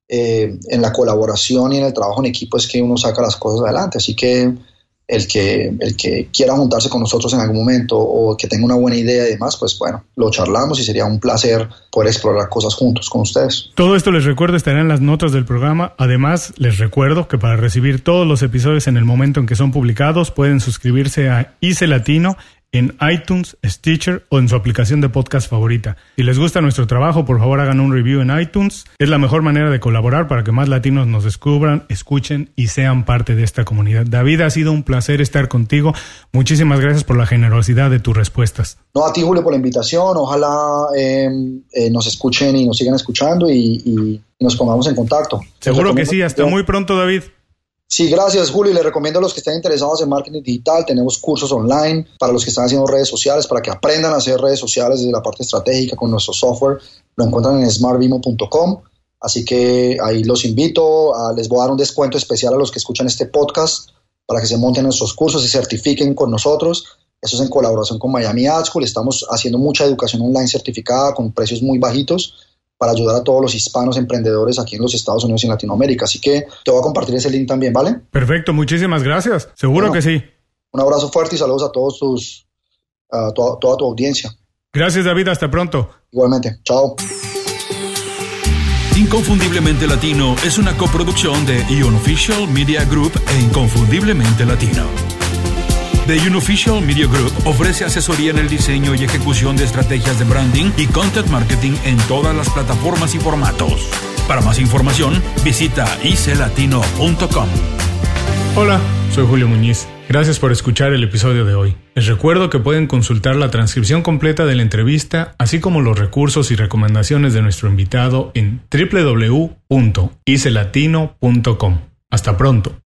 Eh, en la colaboración y en el trabajo en equipo es que uno saca las cosas adelante, así que el que, el que quiera juntarse con nosotros en algún momento o que tenga una buena idea y demás, pues bueno, lo charlamos y sería un placer poder explorar cosas juntos con ustedes. Todo esto, les recuerdo, estará en las notas del programa. Además, les recuerdo que para recibir todos los episodios en el momento en que son publicados, pueden suscribirse a ICE Latino en iTunes, Stitcher o en su aplicación de podcast favorita. Si les gusta nuestro trabajo, por favor hagan un review en iTunes. Es la mejor manera de colaborar para que más latinos nos descubran, escuchen y sean parte de esta comunidad. David, ha sido un placer estar contigo. Muchísimas gracias por la generosidad de tus respuestas. No, a ti, Julio, por la invitación. Ojalá eh, eh, nos escuchen y nos sigan escuchando y, y nos pongamos en contacto. Seguro que sí. Hasta muy pronto, David. Sí, gracias, Julio. Les recomiendo a los que estén interesados en marketing digital, tenemos cursos online para los que están haciendo redes sociales, para que aprendan a hacer redes sociales desde la parte estratégica con nuestro software. Lo encuentran en smart vimo punto com. Así que ahí los invito. A, les voy a dar un descuento especial a los que escuchan este podcast para que se monten nuestros cursos y certifiquen con nosotros. Eso es en colaboración con Miami Ad School. Estamos haciendo mucha educación online certificada con precios muy bajitos para ayudar a todos los hispanos emprendedores aquí en los Estados Unidos y en Latinoamérica. Así que te voy a compartir ese link también, ¿vale? Perfecto, muchísimas gracias. Seguro bueno, que sí. Un abrazo fuerte y saludos a todos tus, a toda, toda tu audiencia. Gracias, David. Hasta pronto. Igualmente. Chao. Inconfundiblemente Latino es una coproducción de Unofficial Media Group e Inconfundiblemente Latino. The Unofficial Media Group ofrece asesoría en el diseño y ejecución de estrategias de branding y content marketing en todas las plataformas y formatos. Para más información, visita i c latino punto com. Hola, soy Julio Muñiz. Gracias por escuchar el episodio de hoy. Les recuerdo que pueden consultar la transcripción completa de la entrevista, así como los recursos y recomendaciones de nuestro invitado en doble u doble u doble u punto i c latino punto com. Hasta pronto.